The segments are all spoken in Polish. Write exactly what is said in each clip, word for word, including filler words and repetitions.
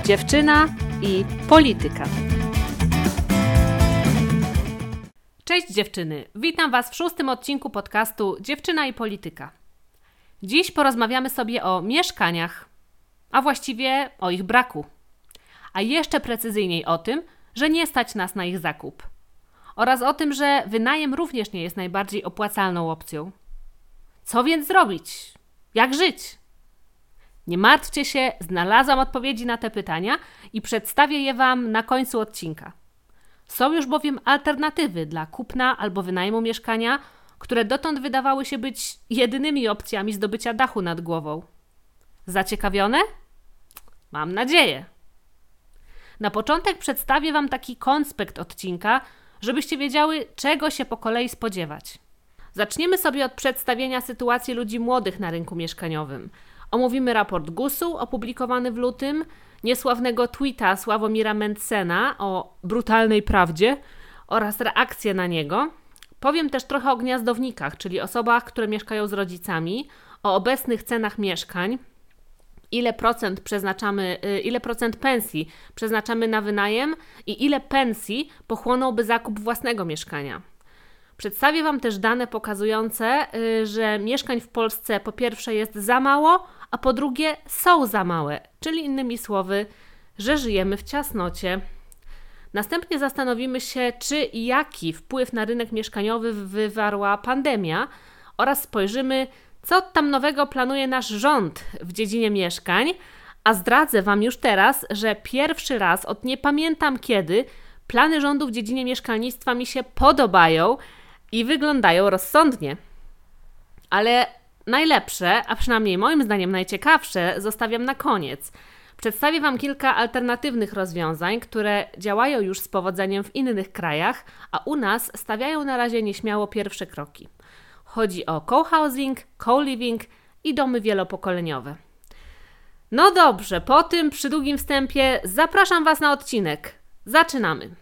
Dziewczyna i polityka. Cześć dziewczyny, witam Was w szóstym odcinku podcastu Dziewczyna i polityka. Dziś porozmawiamy sobie o mieszkaniach, a właściwie o ich braku. A jeszcze precyzyjniej o tym, że nie stać nas na ich zakup. Oraz o tym, że wynajem również nie jest najbardziej opłacalną opcją. Co więc zrobić? Jak żyć? Nie martwcie się, znalazłam odpowiedzi na te pytania i przedstawię je Wam na końcu odcinka. Są już bowiem alternatywy dla kupna albo wynajmu mieszkania, które dotąd wydawały się być jedynymi opcjami zdobycia dachu nad głową. Zaciekawione? Mam nadzieję. Na początek przedstawię Wam taki konspekt odcinka, żebyście wiedziały, czego się po kolei spodziewać. Zaczniemy sobie od przedstawienia sytuacji ludzi młodych na rynku mieszkaniowym. Omówimy raport gusu opublikowany w lutym, niesławnego tweeta Sławomira Mentzena o brutalnej prawdzie oraz reakcję na niego. Powiem też trochę o gniazdownikach, czyli osobach, które mieszkają z rodzicami, o obecnych cenach mieszkań, ile procent przeznaczamy, ile procent pensji przeznaczamy na wynajem i ile pensji pochłonąłby zakup własnego mieszkania. Przedstawię Wam też dane pokazujące, że mieszkań w Polsce po pierwsze jest za mało, a po drugie są za małe, czyli innymi słowy, że żyjemy w ciasnocie. Następnie zastanowimy się, czy i jaki wpływ na rynek mieszkaniowy wywarła pandemia oraz spojrzymy, co tam nowego planuje nasz rząd w dziedzinie mieszkań, a zdradzę Wam już teraz, że pierwszy raz od nie pamiętam kiedy plany rządu w dziedzinie mieszkalnictwa mi się podobają i wyglądają rozsądnie. Ale najlepsze, a przynajmniej moim zdaniem najciekawsze, zostawiam na koniec. Przedstawię Wam kilka alternatywnych rozwiązań, które działają już z powodzeniem w innych krajach, a u nas stawiają na razie nieśmiało pierwsze kroki. Chodzi o co-housing, co-living i domy wielopokoleniowe. No dobrze, po tym przydługim wstępie zapraszam Was na odcinek. Zaczynamy!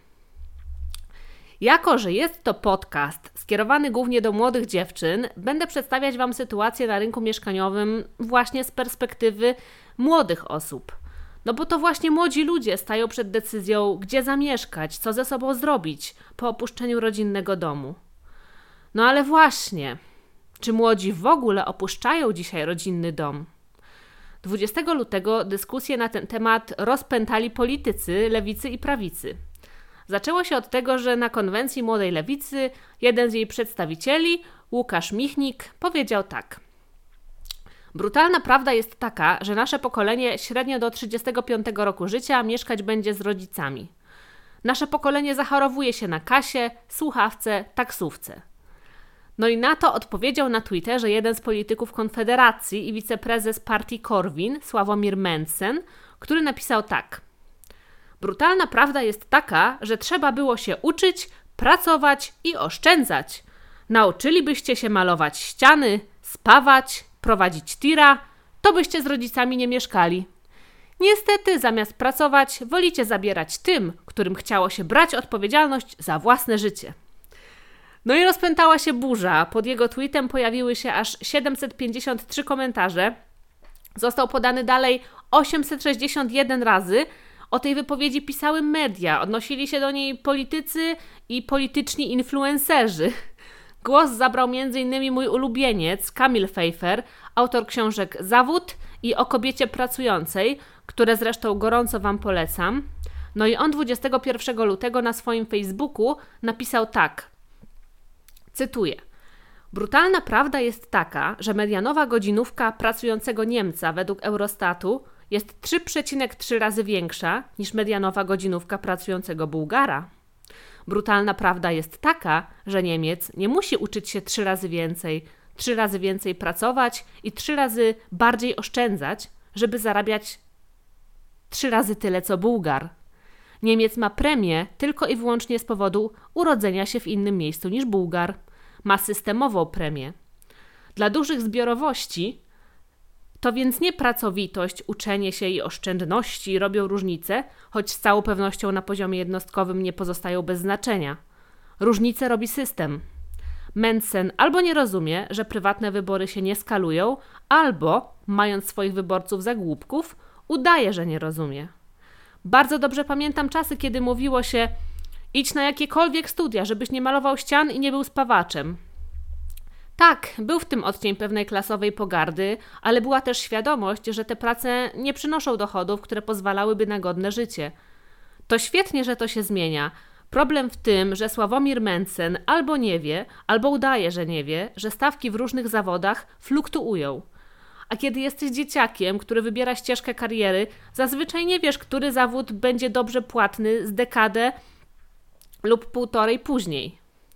Jako że jest to podcast skierowany głównie do młodych dziewczyn, będę przedstawiać Wam sytuację na rynku mieszkaniowym właśnie z perspektywy młodych osób. No bo to właśnie młodzi ludzie stają przed decyzją, gdzie zamieszkać, co ze sobą zrobić po opuszczeniu rodzinnego domu. No ale właśnie, czy młodzi w ogóle opuszczają dzisiaj rodzinny dom? dwudziestego lutego dyskusje na ten temat rozpętali politycy lewicy i prawicy. Zaczęło się od tego, że na konwencji Młodej Lewicy jeden z jej przedstawicieli, Łukasz Michnik, powiedział tak. Brutalna prawda jest taka, że nasze pokolenie średnio do trzydziestego piątego roku życia mieszkać będzie z rodzicami. Nasze pokolenie zachorowuje się na kasie, słuchawce, taksówce. No i na to odpowiedział na Twitterze jeden z polityków Konfederacji i wiceprezes partii Korwin, Sławomir Mentzen, który napisał tak. Brutalna prawda jest taka, że trzeba było się uczyć, pracować i oszczędzać. Nauczylibyście się malować ściany, spawać, prowadzić tira, to byście z rodzicami nie mieszkali. Niestety, zamiast pracować, wolicie zabierać tym, którym chciało się brać odpowiedzialność za własne życie. No i rozpętała się burza. Pod jego tweetem pojawiły się aż siedemset pięćdziesiąt trzy komentarze. Został podany dalej osiemset sześćdziesiąt jeden razy. O tej wypowiedzi pisały media, odnosili się do niej politycy i polityczni influencerzy. Głos zabrał między innymi mój ulubieniec, Kamil Fejfer, autor książek Zawód i O kobiecie pracującej, które zresztą gorąco Wam polecam. No i on dwudziestego pierwszego lutego na swoim Facebooku napisał tak, cytuję. Brutalna prawda jest taka, że medianowa godzinówka pracującego Niemca według Eurostatu jest trzy przecinek trzy razy większa niż medianowa godzinówka pracującego Bułgara. Brutalna prawda jest taka, że Niemiec nie musi uczyć się trzy razy więcej, trzy razy więcej pracować i trzy razy bardziej oszczędzać, żeby zarabiać trzy razy tyle co Bułgar. Niemiec ma premię tylko i wyłącznie z powodu urodzenia się w innym miejscu niż Bułgar. Ma systemową premię. Dla dużych zbiorowości to więc nie pracowitość, uczenie się i oszczędności robią różnicę, choć z całą pewnością na poziomie jednostkowym nie pozostają bez znaczenia. Różnicę robi system. Mentzen albo nie rozumie, że prywatne wybory się nie skalują, albo, mając swoich wyborców za głupków, udaje, że nie rozumie. Bardzo dobrze pamiętam czasy, kiedy mówiło się: idź na jakiekolwiek studia, żebyś nie malował ścian i nie był spawaczem. Tak, był w tym odcień pewnej klasowej pogardy, ale była też świadomość, że te prace nie przynoszą dochodów, które pozwalałyby na godne życie. To świetnie, że to się zmienia. Problem w tym, że Sławomir Mencen albo nie wie, albo udaje, że nie wie, że stawki w różnych zawodach fluktuują. A kiedy jesteś dzieciakiem, który wybiera ścieżkę kariery, zazwyczaj nie wiesz, który zawód będzie dobrze płatny z dekadę lub półtorej później.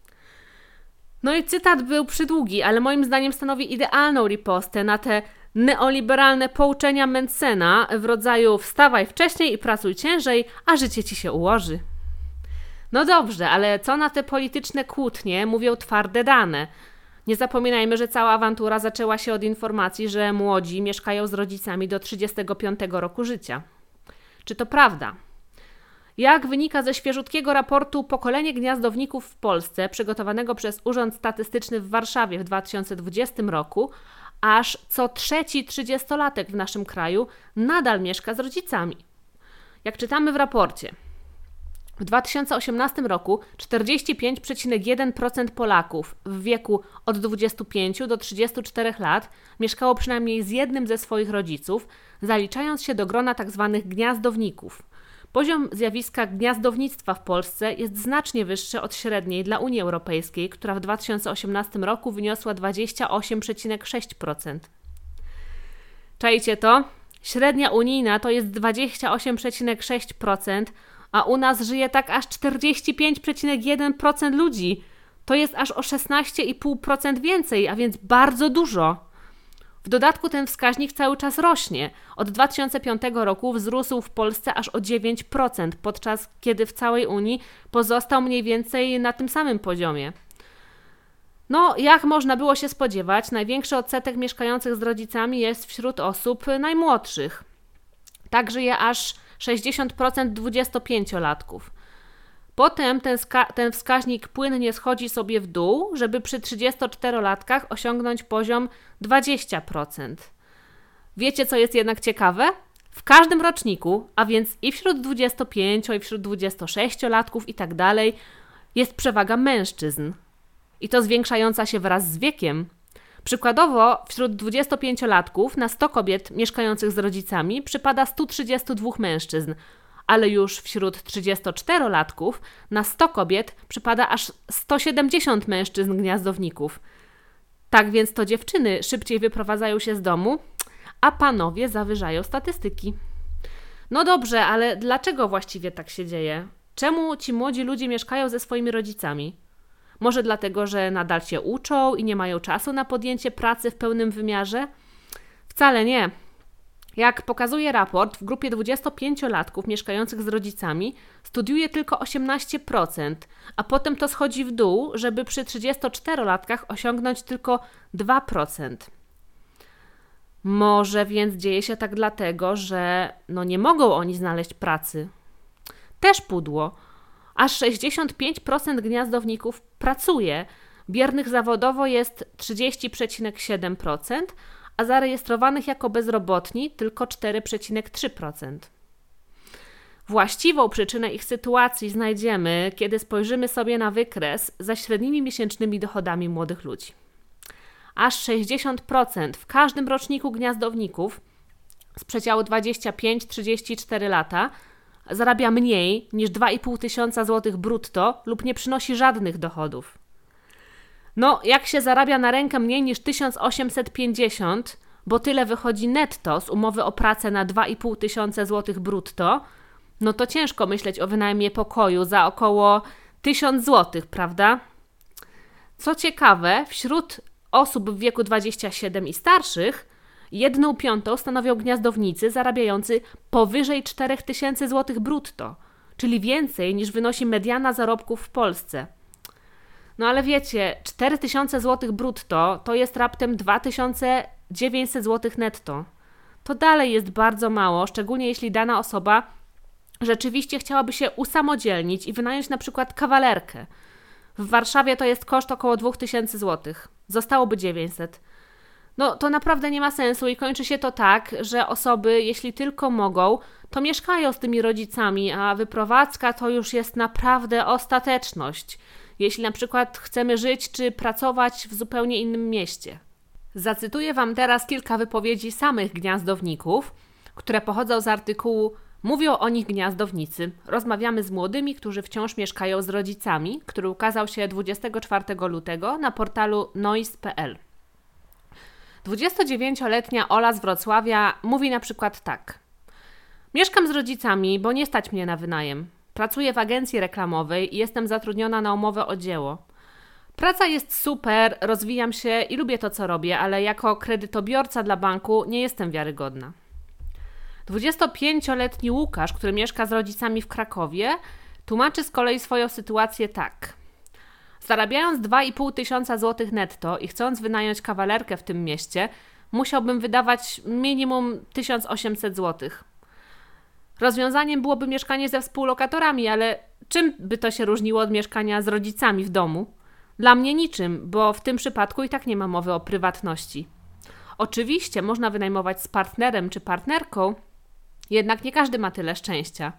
No i cytat był przydługi, ale moim zdaniem stanowi idealną ripostę na te neoliberalne pouczenia Mencena w rodzaju wstawaj wcześniej i pracuj ciężej, a życie ci się ułoży. No dobrze, ale co na te polityczne kłótnie mówią twarde dane? Nie zapominajmy, że cała awantura zaczęła się od informacji, że młodzi mieszkają z rodzicami do trzydziestego piątego roku życia. Czy to prawda? Jak wynika ze świeżutkiego raportu Pokolenie Gniazdowników w Polsce, przygotowanego przez Urząd Statystyczny w Warszawie w dwa tysiące dwudziestym roku, aż co trzeci trzydziestolatek w naszym kraju nadal mieszka z rodzicami. Jak czytamy w raporcie, w dwa tysiące osiemnastym roku czterdzieści pięć przecinek jeden procent Polaków w wieku od dwudziestu pięciu do trzydziestu czterech lat mieszkało przynajmniej z jednym ze swoich rodziców, zaliczając się do grona tzw. gniazdowników. Poziom zjawiska gniazdownictwa w Polsce jest znacznie wyższy od średniej dla Unii Europejskiej, która w dwa tysiące osiemnastym roku wyniosła dwadzieścia osiem przecinek sześć procent. Czajcie to? Średnia unijna to jest dwadzieścia osiem przecinek sześć procent, a u nas żyje tak aż czterdzieści pięć przecinek jeden procent ludzi. To jest aż o szesnaście przecinek pięć procent więcej, a więc bardzo dużo. W dodatku ten wskaźnik cały czas rośnie. Od dwa tysiące piątego roku wzrósł w Polsce aż o dziewięć procent, podczas kiedy w całej Unii pozostał mniej więcej na tym samym poziomie. No, jak można było się spodziewać, największy odsetek mieszkających z rodzicami jest wśród osób najmłodszych. Tak żyje aż sześćdziesiąt procent dwudziestopięciolatków. Potem ten, ska- ten wskaźnik płynnie schodzi sobie w dół, żeby przy trzydziestoczterolatkach osiągnąć poziom dwadzieścia procent. Wiecie, co jest jednak ciekawe? W każdym roczniku, a więc i wśród dwudziestopięcio, i wśród dwudziestosześciolatków i tak dalej, jest przewaga mężczyzn. I to zwiększająca się wraz z wiekiem. Przykładowo wśród dwudziestopięciolatków na sto kobiet mieszkających z rodzicami przypada sto trzydzieści dwa mężczyzn, ale już wśród trzydziestoczterolatków na sto kobiet przypada aż sto siedemdziesiąt mężczyzn gniazdowników. Tak więc to dziewczyny szybciej wyprowadzają się z domu, a panowie zawyżają statystyki. No dobrze, ale dlaczego właściwie tak się dzieje? Czemu ci młodzi ludzie mieszkają ze swoimi rodzicami? Może dlatego, że nadal się uczą i nie mają czasu na podjęcie pracy w pełnym wymiarze? Wcale nie. Jak pokazuje raport, w grupie dwudziestopięciolatków mieszkających z rodzicami studiuje tylko osiemnaście procent, a potem to schodzi w dół, żeby przy trzydziestoczterolatkach osiągnąć tylko dwa procent. Może więc dzieje się tak dlatego, że no nie mogą oni znaleźć pracy. Też pudło. Aż sześćdziesiąt pięć procent gniazdowników pracuje, biernych zawodowo jest trzydzieści przecinek siedem procent, a zarejestrowanych jako bezrobotni tylko cztery przecinek trzy procent. Właściwą przyczynę ich sytuacji znajdziemy, kiedy spojrzymy sobie na wykres za średnimi miesięcznymi dochodami młodych ludzi. Aż sześćdziesiąt procent w każdym roczniku gniazdowników z przedziału dwadzieścia pięć do trzydziestu czterech lata zarabia mniej niż dwa i pół tysiąca złotych brutto lub nie przynosi żadnych dochodów. No, jak się zarabia na rękę mniej niż tysiąc osiemset pięćdziesiąt, bo tyle wychodzi netto z umowy o pracę na dwa i pół tysiąca złotych brutto, no to ciężko myśleć o wynajmie pokoju za około tysiąc złotych, prawda? Co ciekawe, wśród osób w wieku dwudziestu siedmiu i starszych jedną piątą stanowią gniazdownicy zarabiający powyżej cztery tysiące złotych brutto, czyli więcej niż wynosi mediana zarobków w Polsce. No ale wiecie, cztery tysiące złotych brutto to jest raptem dwa tysiące dziewięćset złotych netto. To dalej jest bardzo mało, szczególnie jeśli dana osoba rzeczywiście chciałaby się usamodzielnić i wynająć na przykład kawalerkę. W Warszawie to jest koszt około dwa tysiące złotych. Zostałoby dziewięćset. No to naprawdę nie ma sensu i kończy się to tak, że osoby, jeśli tylko mogą, to mieszkają z tymi rodzicami, a wyprowadzka to już jest naprawdę ostateczność, jeśli na przykład chcemy żyć czy pracować w zupełnie innym mieście. Zacytuję Wam teraz kilka wypowiedzi samych gniazdowników, które pochodzą z artykułu Mówią o nich gniazdownicy. Rozmawiamy z młodymi, którzy wciąż mieszkają z rodzicami, który ukazał się dwudziestego czwartego lutego na portalu noise kropka p l. dwudziestodziewięcioletnia Ola z Wrocławia mówi na przykład tak. Mieszkam z rodzicami, bo nie stać mnie na wynajem. Pracuję w agencji reklamowej i jestem zatrudniona na umowę o dzieło. Praca jest super, rozwijam się i lubię to, co robię, ale jako kredytobiorca dla banku nie jestem wiarygodna. dwudziestopięcioletni Łukasz, który mieszka z rodzicami w Krakowie, tłumaczy z kolei swoją sytuację tak. Zarabiając dwa i pół tysiąca złotych netto i chcąc wynająć kawalerkę w tym mieście, musiałbym wydawać minimum tysiąc osiemset złotych. Rozwiązaniem byłoby mieszkanie ze współlokatorami, ale czym by to się różniło od mieszkania z rodzicami w domu? Dla mnie niczym, bo w tym przypadku i tak nie ma mowy o prywatności. Oczywiście można wynajmować z partnerem czy partnerką, jednak nie każdy ma tyle szczęścia.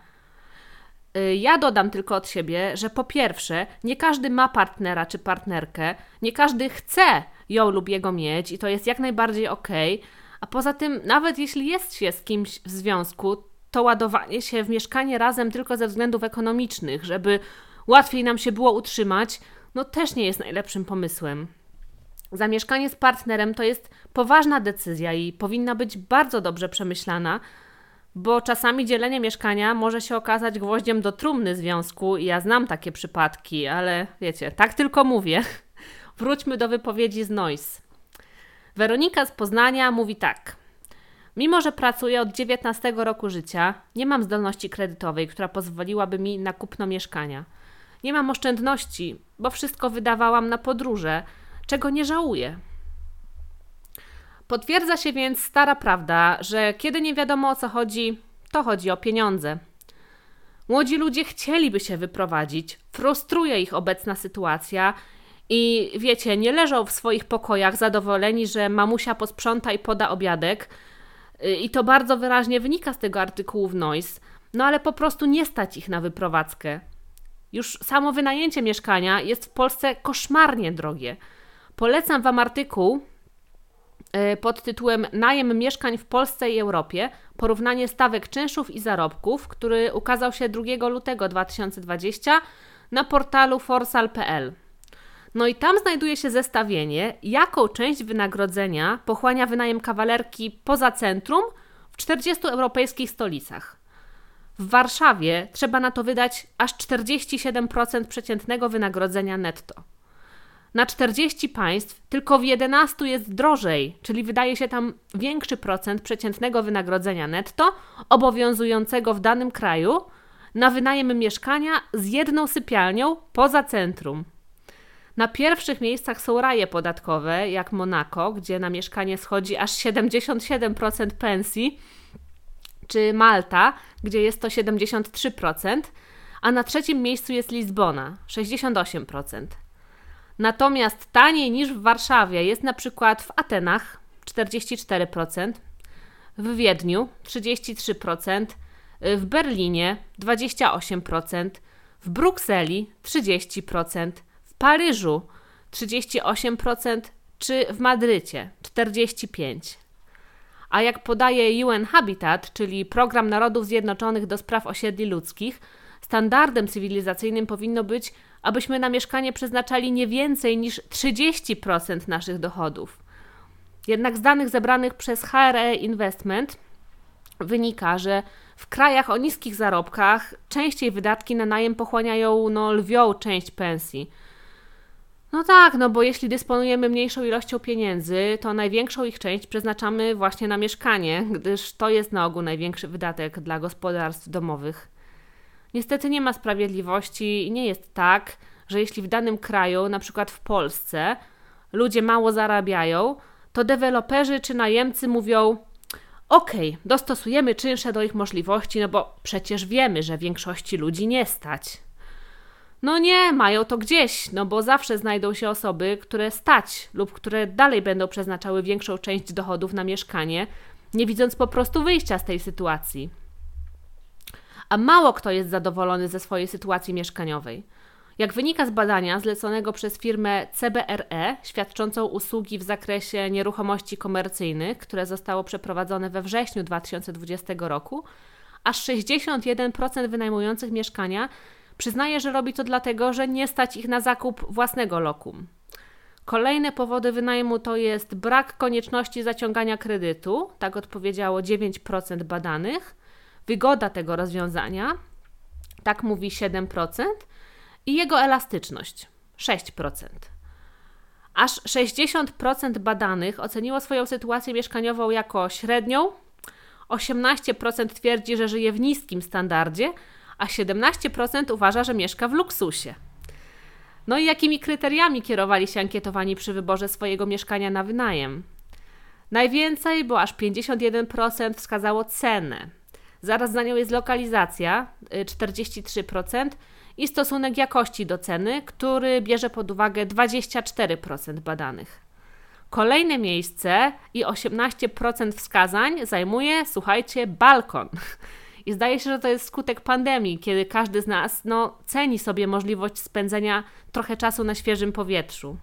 Ja dodam tylko od siebie, że po pierwsze, nie każdy ma partnera czy partnerkę, nie każdy chce ją lub jego mieć i to jest jak najbardziej okej, a poza tym nawet jeśli jest się z kimś w związku, to ładowanie się w mieszkanie razem tylko ze względów ekonomicznych, żeby łatwiej nam się było utrzymać, no też nie jest najlepszym pomysłem. Zamieszkanie z partnerem to jest poważna decyzja i powinna być bardzo dobrze przemyślana, bo czasami dzielenie mieszkania może się okazać gwoździem do trumny związku i ja znam takie przypadki, ale wiecie, tak tylko mówię. Wróćmy do wypowiedzi z Noise. Weronika z Poznania mówi tak. Mimo że pracuję od dziewiętnastego roku życia, nie mam zdolności kredytowej, która pozwoliłaby mi na kupno mieszkania. Nie mam oszczędności, bo wszystko wydawałam na podróże, czego nie żałuję. Potwierdza się więc stara prawda, że kiedy nie wiadomo o co chodzi, to chodzi o pieniądze. Młodzi ludzie chcieliby się wyprowadzić, frustruje ich obecna sytuacja i wiecie, nie leżą w swoich pokojach zadowoleni, że mamusia posprząta i poda obiadek i to bardzo wyraźnie wynika z tego artykułu w Noise, no ale po prostu nie stać ich na wyprowadzkę. Już samo wynajęcie mieszkania jest w Polsce koszmarnie drogie. Polecam Wam artykuł pod tytułem Najem mieszkań w Polsce i Europie. Porównanie stawek czynszów i zarobków, który ukazał się drugiego lutego dwa tysiące dwudziestego na portalu forsal kropka p l. No i tam znajduje się zestawienie, jaką część wynagrodzenia pochłania wynajem kawalerki poza centrum w czterdziestu europejskich stolicach. W Warszawie trzeba na to wydać aż czterdzieści siedem procent przeciętnego wynagrodzenia netto. Na czterdzieści państw tylko w jedenastu jest drożej, czyli wydaje się tam większy procent przeciętnego wynagrodzenia netto obowiązującego w danym kraju na wynajem mieszkania z jedną sypialnią poza centrum. Na pierwszych miejscach są raje podatkowe, jak Monako, gdzie na mieszkanie schodzi aż siedemdziesiąt siedem procent pensji, czy Malta, gdzie jest to siedemdziesiąt trzy procent, a na trzecim miejscu jest Lizbona, sześćdziesiąt osiem procent. Natomiast taniej niż w Warszawie jest na przykład w Atenach czterdzieści cztery procent, w Wiedniu trzydzieści trzy procent, w Berlinie dwadzieścia osiem procent, w Brukseli trzydzieści procent, w Paryżu trzydzieści osiem procent czy w Madrycie czterdzieści pięć procent. A jak podaje U N Habitat, czyli Program Narodów Zjednoczonych do spraw osiedli ludzkich, standardem cywilizacyjnym powinno być, abyśmy na mieszkanie przeznaczali nie więcej niż trzydzieści procent naszych dochodów. Jednak z danych zebranych przez H R E Investment wynika, że w krajach o niskich zarobkach częściej wydatki na najem pochłaniają no, lwią część pensji. No tak, no bo jeśli dysponujemy mniejszą ilością pieniędzy, to największą ich część przeznaczamy właśnie na mieszkanie, gdyż to jest na ogół największy wydatek dla gospodarstw domowych. Niestety nie ma sprawiedliwości i nie jest tak, że jeśli w danym kraju, na przykład w Polsce, ludzie mało zarabiają, to deweloperzy czy najemcy mówią: okej, dostosujemy czynsze do ich możliwości, no bo przecież wiemy, że większości ludzi nie stać. No nie, mają to gdzieś, no bo zawsze znajdą się osoby, które stać lub które dalej będą przeznaczały większą część dochodów na mieszkanie, nie widząc po prostu wyjścia z tej sytuacji. a mało kto jest zadowolony ze swojej sytuacji mieszkaniowej. Jak wynika z badania zleconego przez firmę C B R E, świadczącą usługi w zakresie nieruchomości komercyjnych, które zostało przeprowadzone we wrześniu dwa tysiące dwudziestego roku, aż sześćdziesiąt jeden procent wynajmujących mieszkania przyznaje, że robi to dlatego, że nie stać ich na zakup własnego lokum. Kolejne powody wynajmu to jest brak konieczności zaciągania kredytu, tak odpowiedziało dziewięć procent badanych, wygoda tego rozwiązania, tak mówi siedem procent, i jego elastyczność sześć procent. Aż sześćdziesiąt procent badanych oceniło swoją sytuację mieszkaniową jako średnią, osiemnaście procent twierdzi, że żyje w niskim standardzie, a siedemnaście procent uważa, że mieszka w luksusie. No i jakimi kryteriami kierowali się ankietowani przy wyborze swojego mieszkania na wynajem? Najwięcej, bo aż pięćdziesiąt jeden procent wskazało cenę. Zaraz za nią jest lokalizacja, czterdzieści trzy procent, i stosunek jakości do ceny, który bierze pod uwagę dwadzieścia cztery procent badanych. Kolejne miejsce i osiemnaście procent wskazań zajmuje, słuchajcie, balkon. I zdaje się, że to jest skutek pandemii, kiedy każdy z nas no, ceni sobie możliwość spędzenia trochę czasu na świeżym powietrzu.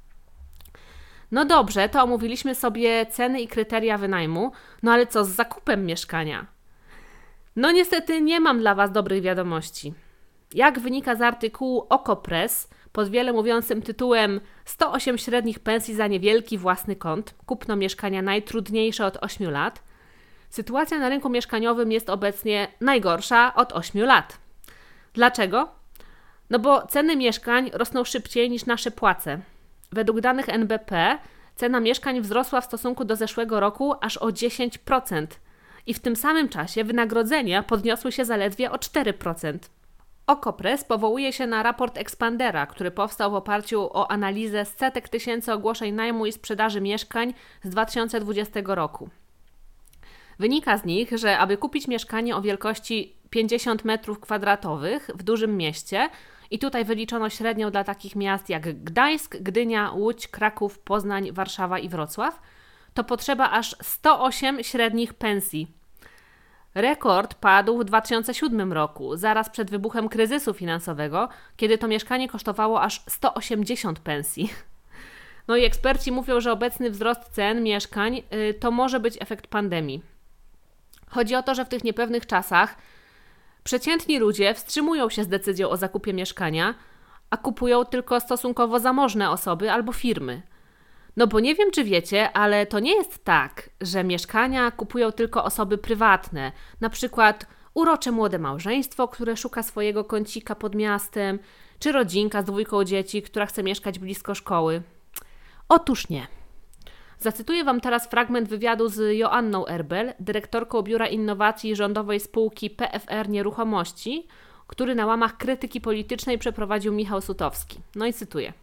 No dobrze, to omówiliśmy sobie ceny i kryteria wynajmu, no ale co z zakupem mieszkania? No niestety nie mam dla Was dobrych wiadomości. Jak wynika z artykułu Okopres pod wiele mówiącym tytułem sto osiem średnich pensji za niewielki własny kąt, kupno mieszkania najtrudniejsze od ośmiu lat, sytuacja na rynku mieszkaniowym jest obecnie najgorsza od ośmiu lat. Dlaczego? No bo ceny mieszkań rosną szybciej niż nasze płace. Według danych N B P cena mieszkań wzrosła w stosunku do zeszłego roku aż o dziesięć procent i w tym samym czasie wynagrodzenia podniosły się zaledwie o cztery procent. Okopres powołuje się na raport Expandera, który powstał w oparciu o analizę setek tysięcy ogłoszeń najmu i sprzedaży mieszkań z dwa tysiące dwudziestego roku. Wynika z nich, że aby kupić mieszkanie o wielkości pięćdziesiąt metrów kwadratowych w dużym mieście, i tutaj wyliczono średnią dla takich miast jak Gdańsk, Gdynia, Łódź, Kraków, Poznań, Warszawa i Wrocław, to potrzeba aż sto osiem średnich pensji. Rekord padł w dwa tysiące siódmym roku, zaraz przed wybuchem kryzysu finansowego, kiedy to mieszkanie kosztowało aż sto osiemdziesiąt pensji. No i eksperci mówią, że obecny wzrost cen mieszkań y, to może być efekt pandemii. Chodzi o to, że w tych niepewnych czasach przeciętni ludzie wstrzymują się z decyzją o zakupie mieszkania, a kupują tylko stosunkowo zamożne osoby albo firmy. No bo nie wiem, czy wiecie, ale to nie jest tak, że mieszkania kupują tylko osoby prywatne, na przykład urocze młode małżeństwo, które szuka swojego kącika pod miastem, czy rodzinka z dwójką dzieci, która chce mieszkać blisko szkoły. Otóż nie. Zacytuję Wam teraz fragment wywiadu z Joanną Erbel, dyrektorką Biura Innowacji Rządowej Spółki P F R Nieruchomości, który na łamach krytyki politycznej przeprowadził Michał Sutowski. No i cytuję.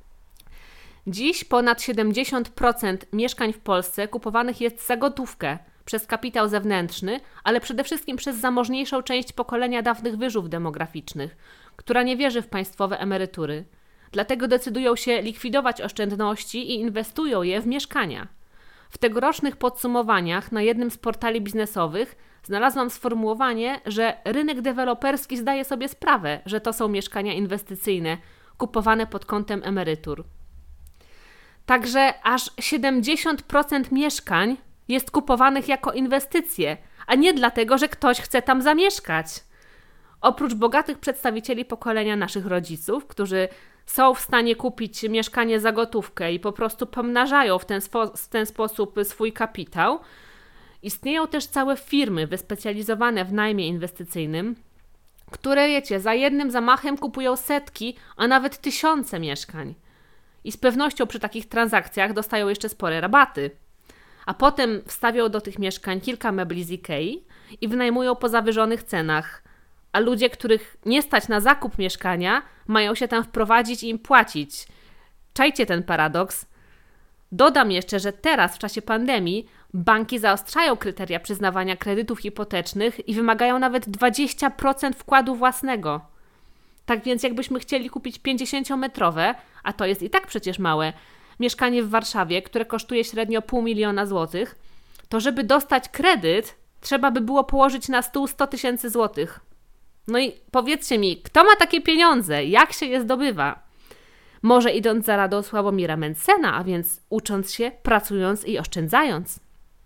Dziś ponad siedemdziesiąt procent mieszkań w Polsce kupowanych jest za gotówkę przez kapitał zewnętrzny, ale przede wszystkim przez zamożniejszą część pokolenia dawnych wyżów demograficznych, która nie wierzy w państwowe emerytury. Dlatego decydują się likwidować oszczędności i inwestują je w mieszkania. W tegorocznych podsumowaniach na jednym z portali biznesowych znalazłam sformułowanie, że rynek deweloperski zdaje sobie sprawę, że to są mieszkania inwestycyjne, kupowane pod kątem emerytur. Także aż siedemdziesiąt procent mieszkań jest kupowanych jako inwestycje, a nie dlatego, że ktoś chce tam zamieszkać. Oprócz bogatych przedstawicieli pokolenia naszych rodziców, którzy są w stanie kupić mieszkanie za gotówkę i po prostu pomnażają w ten, spo- w ten sposób swój kapitał, istnieją też całe firmy wyspecjalizowane w najmie inwestycyjnym, które, wiecie, za jednym zamachem kupują setki, a nawet tysiące mieszkań. I z pewnością przy takich transakcjach dostają jeszcze spore rabaty. A potem wstawią do tych mieszkań kilka mebli z Ikei i wynajmują po zawyżonych cenach. A ludzie, których nie stać na zakup mieszkania, mają się tam wprowadzić i im płacić. Czajcie ten paradoks. Dodam jeszcze, że teraz w czasie pandemii banki zaostrzają kryteria przyznawania kredytów hipotecznych i wymagają nawet dwadzieścia procent wkładu własnego. Tak więc jakbyśmy chcieli kupić pięćdziesięciometrowe, a to jest i tak przecież małe, mieszkanie w Warszawie, które kosztuje średnio pół miliona złotych, to żeby dostać kredyt, trzeba by było położyć na stół sto tysięcy złotych. No i powiedzcie mi, kto ma takie pieniądze? Jak się je zdobywa? Może idąc za radą Sławomira Mentzena, a więc ucząc się, pracując i oszczędzając.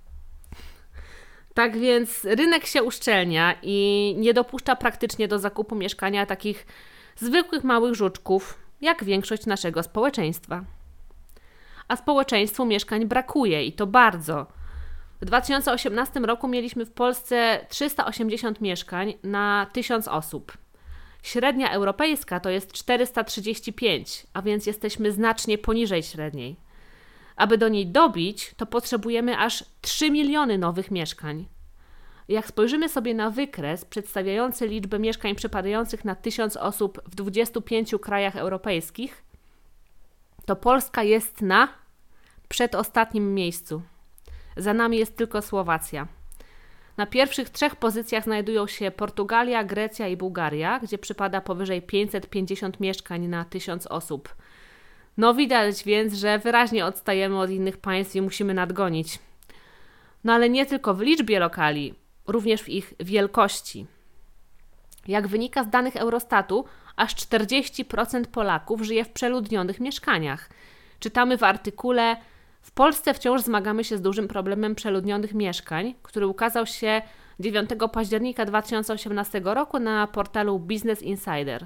Tak więc rynek się uszczelnia i nie dopuszcza praktycznie do zakupu mieszkania takich zwykłych małych żuczków, jak większość naszego społeczeństwa. A społeczeństwu mieszkań brakuje i to bardzo. W dwa tysiące osiemnastym roku mieliśmy w Polsce trzysta osiemdziesiąt mieszkań na tysiąc osób. Średnia europejska to jest czterysta trzydzieści pięć, a więc jesteśmy znacznie poniżej średniej. Aby do niej dobić, to potrzebujemy aż trzy miliony nowych mieszkań. Jak spojrzymy sobie na wykres przedstawiający liczbę mieszkań przypadających na tysiąc osób w dwudziestu pięciu krajach europejskich, to Polska jest na przedostatnim miejscu. Za nami jest tylko Słowacja. Na pierwszych trzech pozycjach znajdują się Portugalia, Grecja i Bułgaria, gdzie przypada powyżej pięćset pięćdziesiąt mieszkań na tysiąc osób. No widać więc, że wyraźnie odstajemy od innych państw i musimy nadgonić. No ale nie tylko w liczbie lokali, również w ich wielkości. Jak wynika z danych Eurostatu, aż czterdzieści procent Polaków żyje w przeludnionych mieszkaniach. Czytamy w artykule: w Polsce wciąż zmagamy się z dużym problemem przeludnionych mieszkań, który ukazał się dziewiątego października dwa tysiące osiemnastego roku na portalu Business Insider.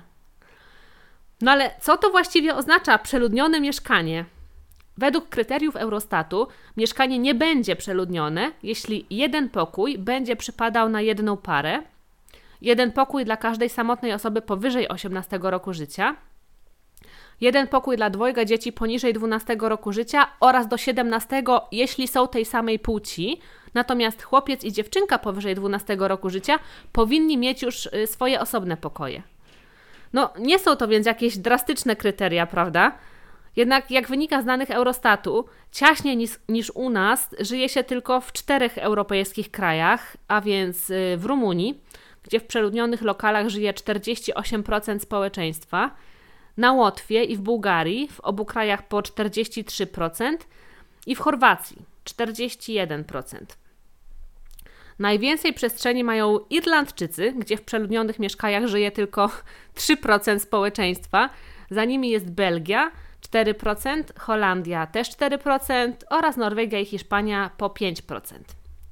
No ale co to właściwie oznacza przeludnione mieszkanie? Według kryteriów Eurostatu mieszkanie nie będzie przeludnione, jeśli jeden pokój będzie przypadał na jedną parę, jeden pokój dla każdej samotnej osoby powyżej osiemnastego roku życia, jeden pokój dla dwojga dzieci poniżej dwunastego roku życia oraz do siedemnastego, jeśli są tej samej płci, natomiast chłopiec i dziewczynka powyżej dwunastego roku życia powinni mieć już swoje osobne pokoje. No, nie są to więc jakieś drastyczne kryteria, prawda? Jednak jak wynika z danych Eurostatu, ciaśniej niż, niż u nas żyje się tylko w czterech europejskich krajach, a więc w Rumunii, gdzie w przeludnionych lokalach żyje czterdzieści osiem procent społeczeństwa, na Łotwie i w Bułgarii, w obu krajach po czterdzieści trzy procent i w Chorwacji czterdzieści jeden procent. Najwięcej przestrzeni mają Irlandczycy, gdzie w przeludnionych mieszkaniach żyje tylko trzy procent społeczeństwa, za nimi jest Belgia cztery procent, Holandia też cztery procent oraz Norwegia i Hiszpania po pięć procent.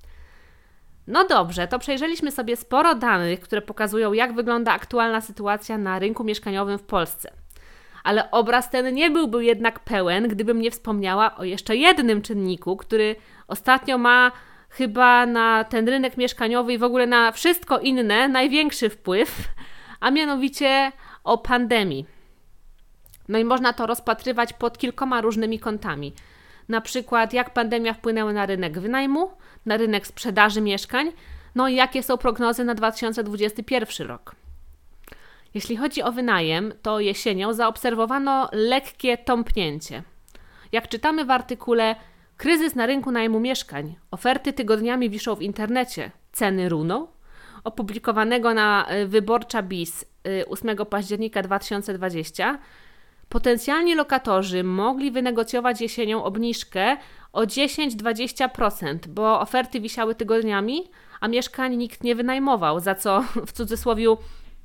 No dobrze, to przejrzeliśmy sobie sporo danych, które pokazują, jak wygląda aktualna sytuacja na rynku mieszkaniowym w Polsce. Ale obraz ten nie byłby jednak pełen, gdybym nie wspomniała o jeszcze jednym czynniku, który ostatnio ma chyba na ten rynek mieszkaniowy i w ogóle na wszystko inne największy wpływ, a mianowicie o pandemii. No i można to rozpatrywać pod kilkoma różnymi kątami. Na przykład jak pandemia wpłynęła na rynek wynajmu, na rynek sprzedaży mieszkań, no i jakie są prognozy na dwa tysiące dwudziesty pierwszy rok. Jeśli chodzi o wynajem, to jesienią zaobserwowano lekkie tąpnięcie. Jak czytamy w artykule Kryzys na rynku najmu mieszkań, oferty tygodniami wiszą w internecie, ceny runą, opublikowanego na Wyborcza Biz ósmego października dwa tysiące dwudziestego, potencjalni lokatorzy mogli wynegocjować jesienią obniżkę o dziesięć do dwudziestu procent, bo oferty wisiały tygodniami, a mieszkań nikt nie wynajmował, za co w cudzysłowie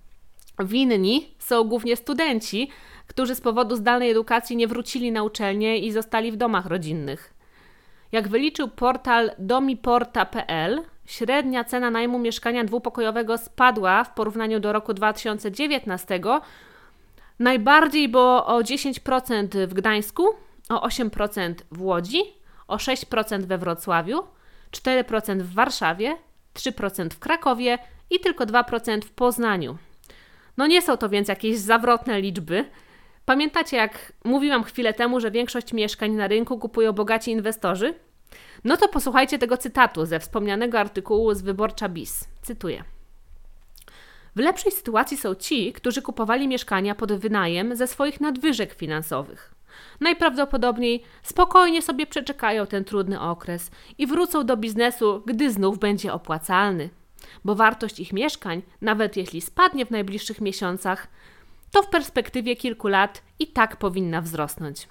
winni są głównie studenci, którzy z powodu zdalnej edukacji nie wrócili na uczelnię i zostali w domach rodzinnych. Jak wyliczył portal domiporta kropka pe el, średnia cena najmu mieszkania dwupokojowego spadła w porównaniu do roku dwa tysiące dziewiętnastego, najbardziej było o dziesięć procent w Gdańsku, o osiem procent w Łodzi, o sześć procent we Wrocławiu, cztery procent w Warszawie, trzy procent w Krakowie i tylko dwa procent w Poznaniu. No nie są to więc jakieś zawrotne liczby. Pamiętacie, jak mówiłam chwilę temu, że większość mieszkań na rynku kupują bogaci inwestorzy? No to posłuchajcie tego cytatu ze wspomnianego artykułu z Wyborcza Biz. Cytuję. W lepszej sytuacji są ci, którzy kupowali mieszkania pod wynajem ze swoich nadwyżek finansowych. Najprawdopodobniej spokojnie sobie przeczekają ten trudny okres i wrócą do biznesu, gdy znów będzie opłacalny. Bo wartość ich mieszkań, nawet jeśli spadnie w najbliższych miesiącach, to w perspektywie kilku lat i tak powinna wzrosnąć.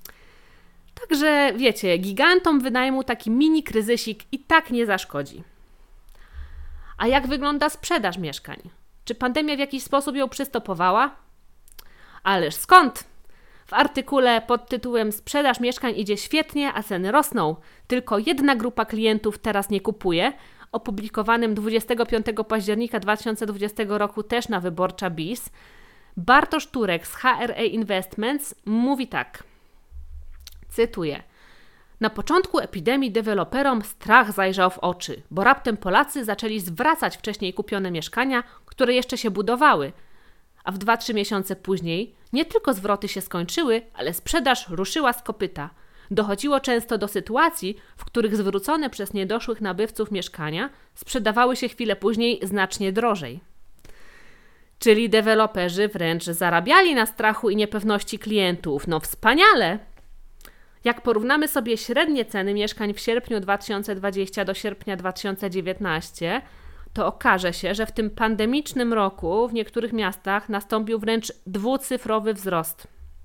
Także wiecie, gigantom wynajmu taki mini kryzysik i tak nie zaszkodzi. A jak wygląda sprzedaż mieszkań? Czy pandemia w jakiś sposób ją przystopowała? Ależ skąd? W artykule pod tytułem "Sprzedaż mieszkań idzie świetnie, a ceny rosną. Tylko jedna grupa klientów teraz nie kupuje", opublikowanym dwudziestego piątego października dwa tysiące dwudziestego roku też na Wyborcza Biz, Bartosz Turek z H R A Investments mówi tak, cytuję: "Na początku epidemii deweloperom strach zajrzał w oczy, bo raptem Polacy zaczęli zwracać wcześniej kupione mieszkania, które jeszcze się budowały. A w dwa trzy miesiące później nie tylko zwroty się skończyły, ale sprzedaż ruszyła z kopyta. Dochodziło często do sytuacji, w których zwrócone przez niedoszłych nabywców mieszkania sprzedawały się chwilę później znacznie drożej". Czyli deweloperzy wręcz zarabiali na strachu i niepewności klientów. No wspaniale! Jak porównamy sobie średnie ceny mieszkań w sierpniu dwa tysiące dwudziestego do sierpnia dwa tysiące dziewiętnastego, to okaże się, że w tym pandemicznym roku w niektórych miastach nastąpił wręcz dwucyfrowy wzrost.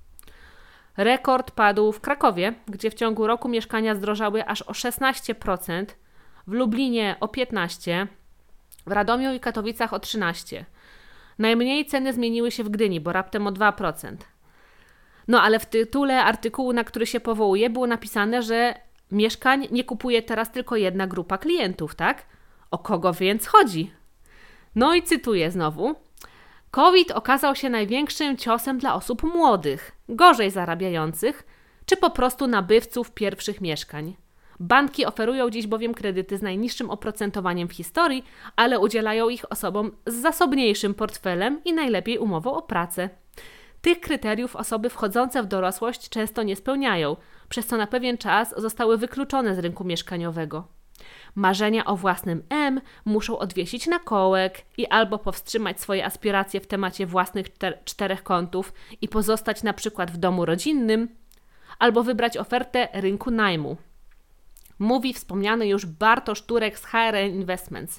Rekord padł w Krakowie, gdzie w ciągu roku mieszkania zdrożały aż o szesnaście procent, w Lublinie o piętnaście procent, w Radomiu i Katowicach o trzynaście procent. Najmniej ceny zmieniły się w Gdyni, bo raptem o dwa procent. No ale w tytule artykułu, na który się powołuje, było napisane, że mieszkań nie kupuje teraz tylko jedna grupa klientów, tak? O kogo więc chodzi? No i cytuję znowu. COVID okazał się największym ciosem dla osób młodych, gorzej zarabiających, czy po prostu nabywców pierwszych mieszkań. Banki oferują dziś bowiem kredyty z najniższym oprocentowaniem w historii, ale udzielają ich osobom z zasobniejszym portfelem i najlepiej umową o pracę. Tych kryteriów osoby wchodzące w dorosłość często nie spełniają, przez co na pewien czas zostały wykluczone z rynku mieszkaniowego. Marzenia o własnym M muszą odwiesić na kołek i albo powstrzymać swoje aspiracje w temacie własnych czter- czterech kątów i pozostać na przykład w domu rodzinnym, albo wybrać ofertę rynku najmu. Mówi wspomniany już Bartosz Turek z H R A Investments.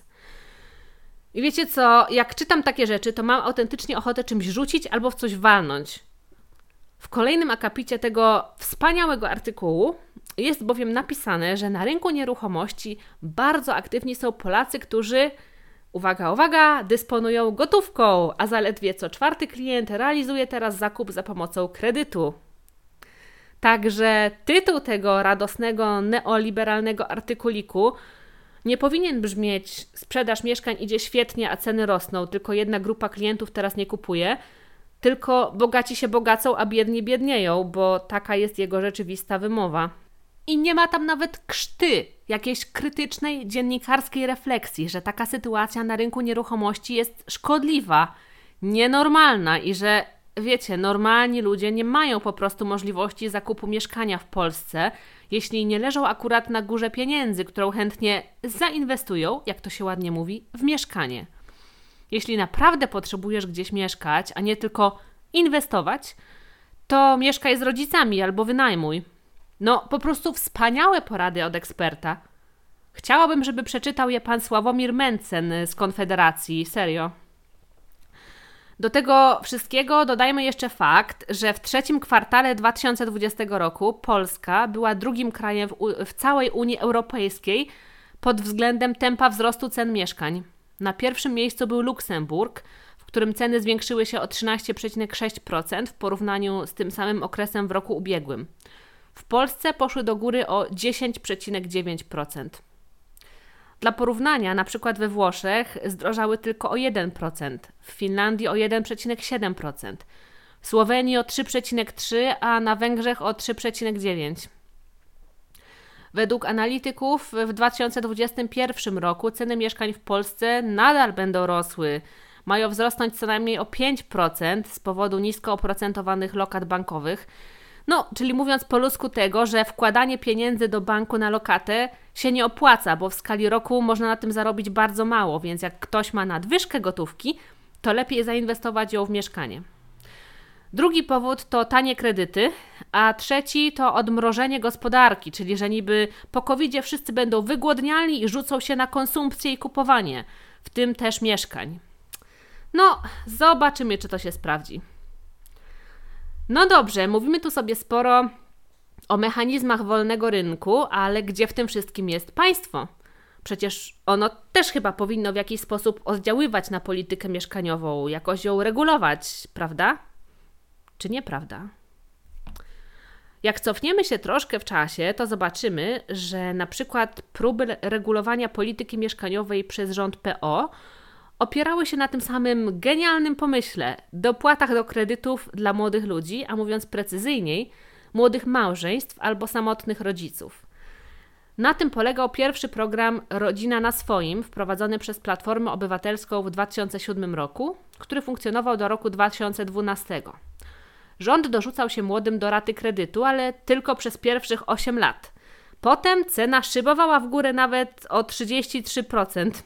I wiecie co, jak czytam takie rzeczy, to mam autentycznie ochotę czymś rzucić albo w coś walnąć. W kolejnym akapicie tego wspaniałego artykułu jest bowiem napisane, że na rynku nieruchomości bardzo aktywni są Polacy, którzy, uwaga, uwaga, dysponują gotówką, a zaledwie co czwarty klient realizuje teraz zakup za pomocą kredytu. Także tytuł tego radosnego, neoliberalnego artykuliku nie powinien brzmieć: sprzedaż mieszkań idzie świetnie, a ceny rosną, tylko jedna grupa klientów teraz nie kupuje, tylko bogaci się bogacą, a biedni biednieją, bo taka jest jego rzeczywista wymowa. I nie ma tam nawet krzty jakiejś krytycznej, dziennikarskiej refleksji, że taka sytuacja na rynku nieruchomości jest szkodliwa, nienormalna i że, wiecie, normalni ludzie nie mają po prostu możliwości zakupu mieszkania w Polsce, jeśli nie leżą akurat na górze pieniędzy, którą chętnie zainwestują, jak to się ładnie mówi, w mieszkanie. Jeśli naprawdę potrzebujesz gdzieś mieszkać, a nie tylko inwestować, to mieszkaj z rodzicami albo wynajmuj. No, po prostu wspaniałe porady od eksperta. Chciałabym, żeby przeczytał je pan Sławomir Mencen z Konfederacji, serio. Do tego wszystkiego dodajmy jeszcze fakt, że w trzecim kwartale dwa tysiące dwudziestego roku Polska była drugim krajem w, w całej Unii Europejskiej pod względem tempa wzrostu cen mieszkań. Na pierwszym miejscu był Luksemburg, w którym ceny zwiększyły się o trzynaście przecinek sześć procent w porównaniu z tym samym okresem w roku ubiegłym. W Polsce poszły do góry o dziesięć przecinek dziewięć procent. Dla porównania, na przykład we Włoszech zdrożały tylko o jeden procent, w Finlandii o jeden przecinek siedem procent, w Słowenii o trzy przecinek trzy procent, a na Węgrzech o trzy przecinek dziewięć procent. Według analityków w dwa tysiące dwudziestym pierwszym roku ceny mieszkań w Polsce nadal będą rosły. Mają wzrosnąć co najmniej o pięć procent z powodu nisko oprocentowanych lokat bankowych. No, czyli mówiąc po ludzku tego, że wkładanie pieniędzy do banku na lokatę się nie opłaca, bo w skali roku można na tym zarobić bardzo mało, więc jak ktoś ma nadwyżkę gotówki, to lepiej zainwestować ją w mieszkanie. Drugi powód to tanie kredyty, a trzeci to odmrożenie gospodarki, czyli że niby po kowidzie wszyscy będą wygłodniali i rzucą się na konsumpcję i kupowanie, w tym też mieszkań. No, zobaczymy, czy to się sprawdzi. No dobrze, mówimy tu sobie sporo o mechanizmach wolnego rynku, ale gdzie w tym wszystkim jest państwo? Przecież ono też chyba powinno w jakiś sposób oddziaływać na politykę mieszkaniową, jakoś ją regulować, prawda? Czy nieprawda? Jak cofniemy się troszkę w czasie, to zobaczymy, że na przykład próby regulowania polityki mieszkaniowej przez rząd P O opierały się na tym samym genialnym pomyśle, dopłatach do kredytów dla młodych ludzi, a mówiąc precyzyjniej, młodych małżeństw albo samotnych rodziców. Na tym polegał pierwszy program Rodzina na swoim, wprowadzony przez Platformę Obywatelską w dwa tysiące siódmym roku, który funkcjonował do roku dwa tysiące dwunastego. Rząd dorzucał się młodym do raty kredytu, ale tylko przez pierwszych osiem lat. Potem cena szybowała w górę nawet o trzydzieści trzy procent.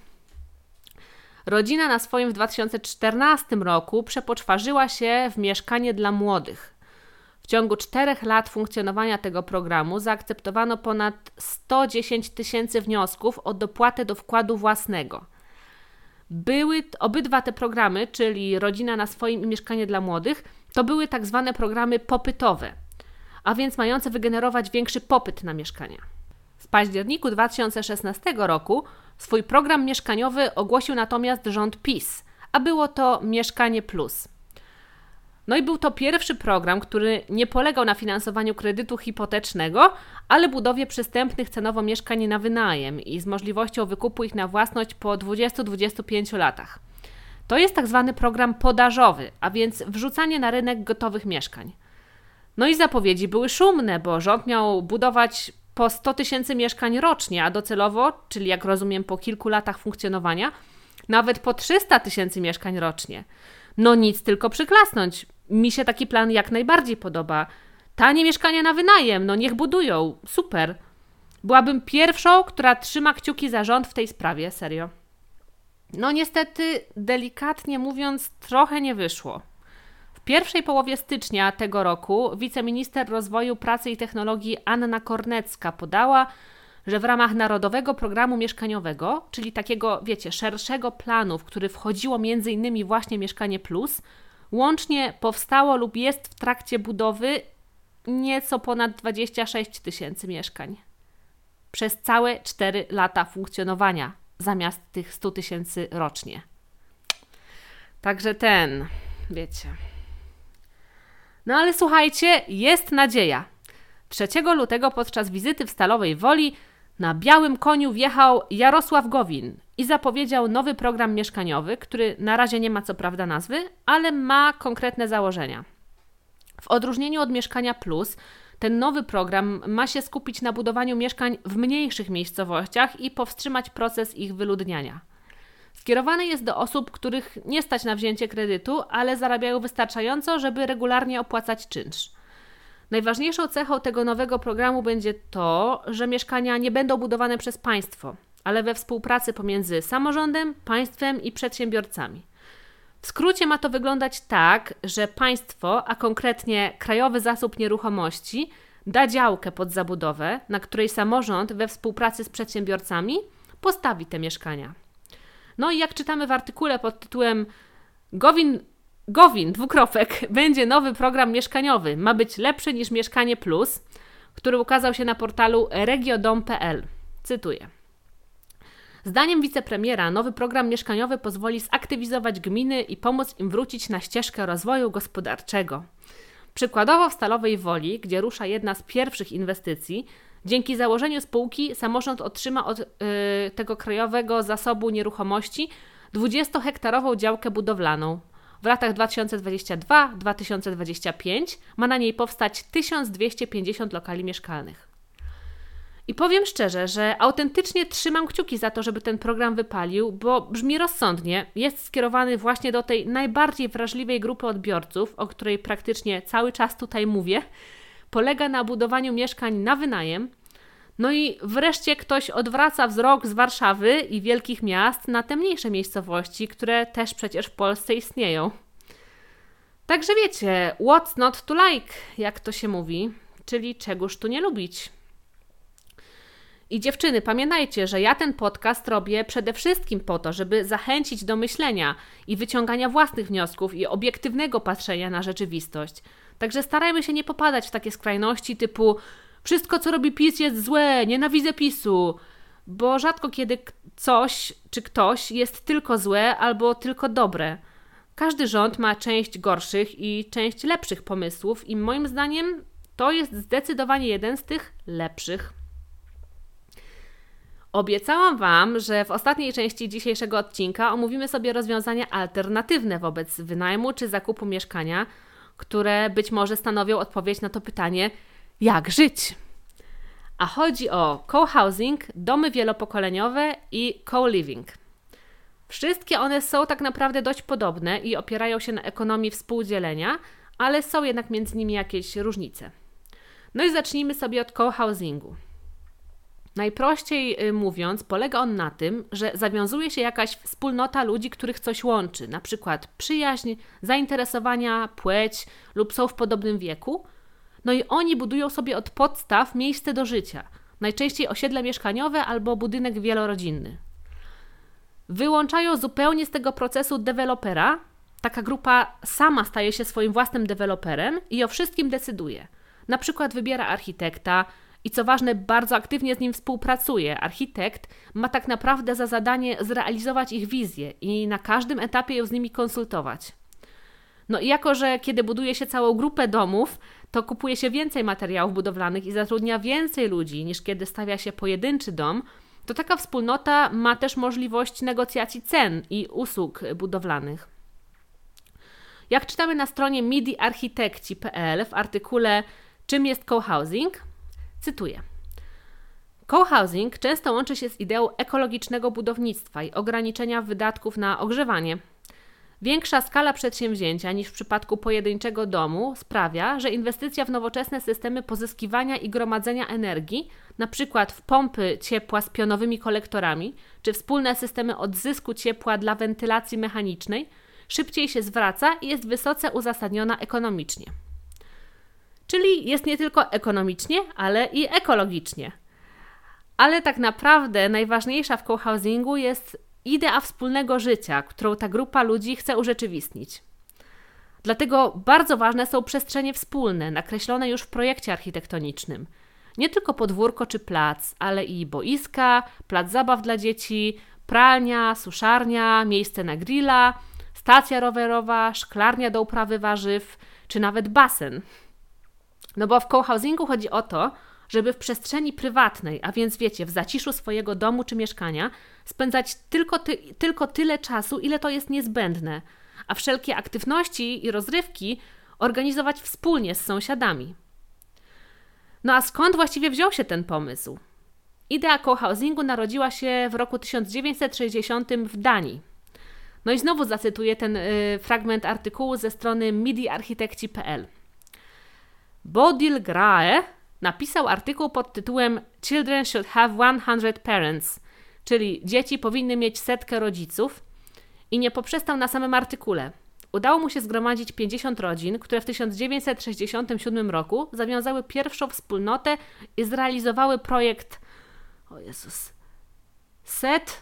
Rodzina na swoim w dwa tysiące czternastym roku przepoczwarzyła się w mieszkanie dla młodych. W ciągu czterech lat funkcjonowania tego programu zaakceptowano ponad sto dziesięć tysięcy wniosków o dopłatę do wkładu własnego. Były obydwa te programy, czyli Rodzina na swoim i Mieszkanie dla młodych, to były tak zwane programy popytowe, a więc mające wygenerować większy popyt na mieszkania. W październiku dwa tysiące szesnastego roku swój program mieszkaniowy ogłosił natomiast rząd PiS, a było to Mieszkanie Plus. No i był to pierwszy program, który nie polegał na finansowaniu kredytu hipotecznego, ale budowie przystępnych cenowo mieszkań na wynajem i z możliwością wykupu ich na własność po dwudziestu do dwudziestu pięciu latach. To jest tak zwany program podażowy, a więc wrzucanie na rynek gotowych mieszkań. No i zapowiedzi były szumne, bo rząd miał budować po sto tysięcy mieszkań rocznie, a docelowo, czyli jak rozumiem po kilku latach funkcjonowania, nawet po trzysta tysięcy mieszkań rocznie. No nic, tylko przyklasnąć. Mi się taki plan jak najbardziej podoba. Tanie mieszkania na wynajem, no niech budują, super. Byłabym pierwszą, która trzyma kciuki za rząd w tej sprawie, serio. No niestety, delikatnie mówiąc, trochę nie wyszło. W pierwszej połowie stycznia tego roku wiceminister rozwoju pracy i technologii Anna Kornecka podała, że w ramach Narodowego Programu Mieszkaniowego, czyli takiego, wiecie, szerszego planu, w który wchodziło między innymi właśnie Mieszkanie Plus, łącznie powstało lub jest w trakcie budowy nieco ponad dwadzieścia sześć tysięcy mieszkań. Przez całe cztery lata funkcjonowania, zamiast tych stu tysięcy rocznie. Także ten, wiecie. No ale słuchajcie, jest nadzieja. trzeciego lutego podczas wizyty w Stalowej Woli na białym koniu wjechał Jarosław Gowin i zapowiedział nowy program mieszkaniowy, który na razie nie ma co prawda nazwy, ale ma konkretne założenia. W odróżnieniu od Mieszkania Plus, ten nowy program ma się skupić na budowaniu mieszkań w mniejszych miejscowościach i powstrzymać proces ich wyludniania. Skierowany jest do osób, których nie stać na wzięcie kredytu, ale zarabiają wystarczająco, żeby regularnie opłacać czynsz. Najważniejszą cechą tego nowego programu będzie to, że mieszkania nie będą budowane przez państwo, ale we współpracy pomiędzy samorządem, państwem i przedsiębiorcami. W skrócie ma to wyglądać tak, że państwo, a konkretnie Krajowy Zasób Nieruchomości, da działkę pod zabudowę, na której samorząd we współpracy z przedsiębiorcami postawi te mieszkania. No i jak czytamy w artykule pod tytułem Gowin, Gowin, dwukropek, będzie nowy program mieszkaniowy, ma być lepszy niż Mieszkanie Plus, który ukazał się na portalu regiodom kropka p l. Cytuję. Zdaniem wicepremiera nowy program mieszkaniowy pozwoli zaktywizować gminy i pomóc im wrócić na ścieżkę rozwoju gospodarczego. Przykładowo w Stalowej Woli, gdzie rusza jedna z pierwszych inwestycji, dzięki założeniu spółki samorząd otrzyma od yy, tego Krajowego Zasobu Nieruchomości dwudziestohektarową działkę budowlaną. W latach dwa tysiące dwudziestym drugim do dwa tysiące dwudziestego piątego ma na niej powstać tysiąc dwieście pięćdziesiąt lokali mieszkalnych. I powiem szczerze, że autentycznie trzymam kciuki za to, żeby ten program wypalił, bo brzmi rozsądnie, jest skierowany właśnie do tej najbardziej wrażliwej grupy odbiorców, o której praktycznie cały czas tutaj mówię, polega na budowaniu mieszkań na wynajem, no i wreszcie ktoś odwraca wzrok z Warszawy i wielkich miast na te mniejsze miejscowości, które też przecież w Polsce istnieją. Także wiecie, what's not to like, jak to się mówi, czyli czegoż tu nie lubić. I dziewczyny, pamiętajcie, że ja ten podcast robię przede wszystkim po to, żeby zachęcić do myślenia i wyciągania własnych wniosków i obiektywnego patrzenia na rzeczywistość. Także starajmy się nie popadać w takie skrajności typu wszystko, co robi PiS jest złe, nienawidzę PiSu. bo rzadko kiedy coś czy ktoś jest tylko złe albo tylko dobre. Każdy rząd ma część gorszych i część lepszych pomysłów i moim zdaniem to jest zdecydowanie jeden z tych lepszych. Obiecałam Wam, że w ostatniej części dzisiejszego odcinka omówimy sobie rozwiązania alternatywne wobec wynajmu czy zakupu mieszkania, które być może stanowią odpowiedź na to pytanie, jak żyć? A chodzi o co-housing, domy wielopokoleniowe i co-living. Wszystkie one są tak naprawdę dość podobne i opierają się na ekonomii współdzielenia, ale są jednak między nimi jakieś różnice. No i zacznijmy sobie od co-housingu. Najprościej mówiąc, polega on na tym, że zawiązuje się jakaś wspólnota ludzi, których coś łączy, na przykład przyjaźń, zainteresowania, płeć lub są w podobnym wieku. No i oni budują sobie od podstaw miejsce do życia, najczęściej osiedle mieszkaniowe albo budynek wielorodzinny. Wyłączają zupełnie z tego procesu dewelopera. Taka grupa sama staje się swoim własnym deweloperem i o wszystkim decyduje. Na przykład wybiera architekta i co ważne, bardzo aktywnie z nim współpracuje. Architekt ma tak naprawdę za zadanie zrealizować ich wizję i na każdym etapie ją z nimi konsultować. No i jako, że kiedy buduje się całą grupę domów, to kupuje się więcej materiałów budowlanych i zatrudnia więcej ludzi niż kiedy stawia się pojedynczy dom, to taka wspólnota ma też możliwość negocjacji cen i usług budowlanych. Jak czytamy na stronie midi architekci kropka p l w artykule Czym jest co-housing? Cytuję. Co-housing często łączy się z ideą ekologicznego budownictwa i ograniczenia wydatków na ogrzewanie. Większa skala przedsięwzięcia niż w przypadku pojedynczego domu sprawia, że inwestycja w nowoczesne systemy pozyskiwania i gromadzenia energii, np. w pompy ciepła z pionowymi kolektorami, czy wspólne systemy odzysku ciepła dla wentylacji mechanicznej, szybciej się zwraca i jest wysoce uzasadniona ekonomicznie. Czyli jest nie tylko ekonomicznie, ale i ekologicznie. Ale tak naprawdę najważniejsza w co-housingu jest idea wspólnego życia, którą ta grupa ludzi chce urzeczywistnić. Dlatego bardzo ważne są przestrzenie wspólne, nakreślone już w projekcie architektonicznym. Nie tylko podwórko czy plac, ale i boiska, plac zabaw dla dzieci, pralnia, suszarnia, miejsce na grilla, stacja rowerowa, szklarnia do uprawy warzyw, czy nawet basen. No bo w co-housingu chodzi o to, żeby w przestrzeni prywatnej, a więc wiecie, w zaciszu swojego domu czy mieszkania, spędzać tylko, ty, tylko tyle czasu, ile to jest niezbędne, a wszelkie aktywności i rozrywki organizować wspólnie z sąsiadami. No a skąd właściwie wziął się ten pomysł? Idea co-housingu narodziła się w roku tysiąc dziewięćset sześćdziesiątym w Danii. No i znowu zacytuję ten y, fragment artykułu ze strony midi architekci kropka p l. Bodil Grae napisał artykuł pod tytułem Children should have hundred parents, czyli dzieci powinny mieć setkę rodziców, i nie poprzestał na samym artykule. Udało mu się zgromadzić pięćdziesiąt rodzin, które w tysiąc dziewięćset sześćdziesiątym siódmym roku zawiązały pierwszą wspólnotę i zrealizowały projekt o Jezus Set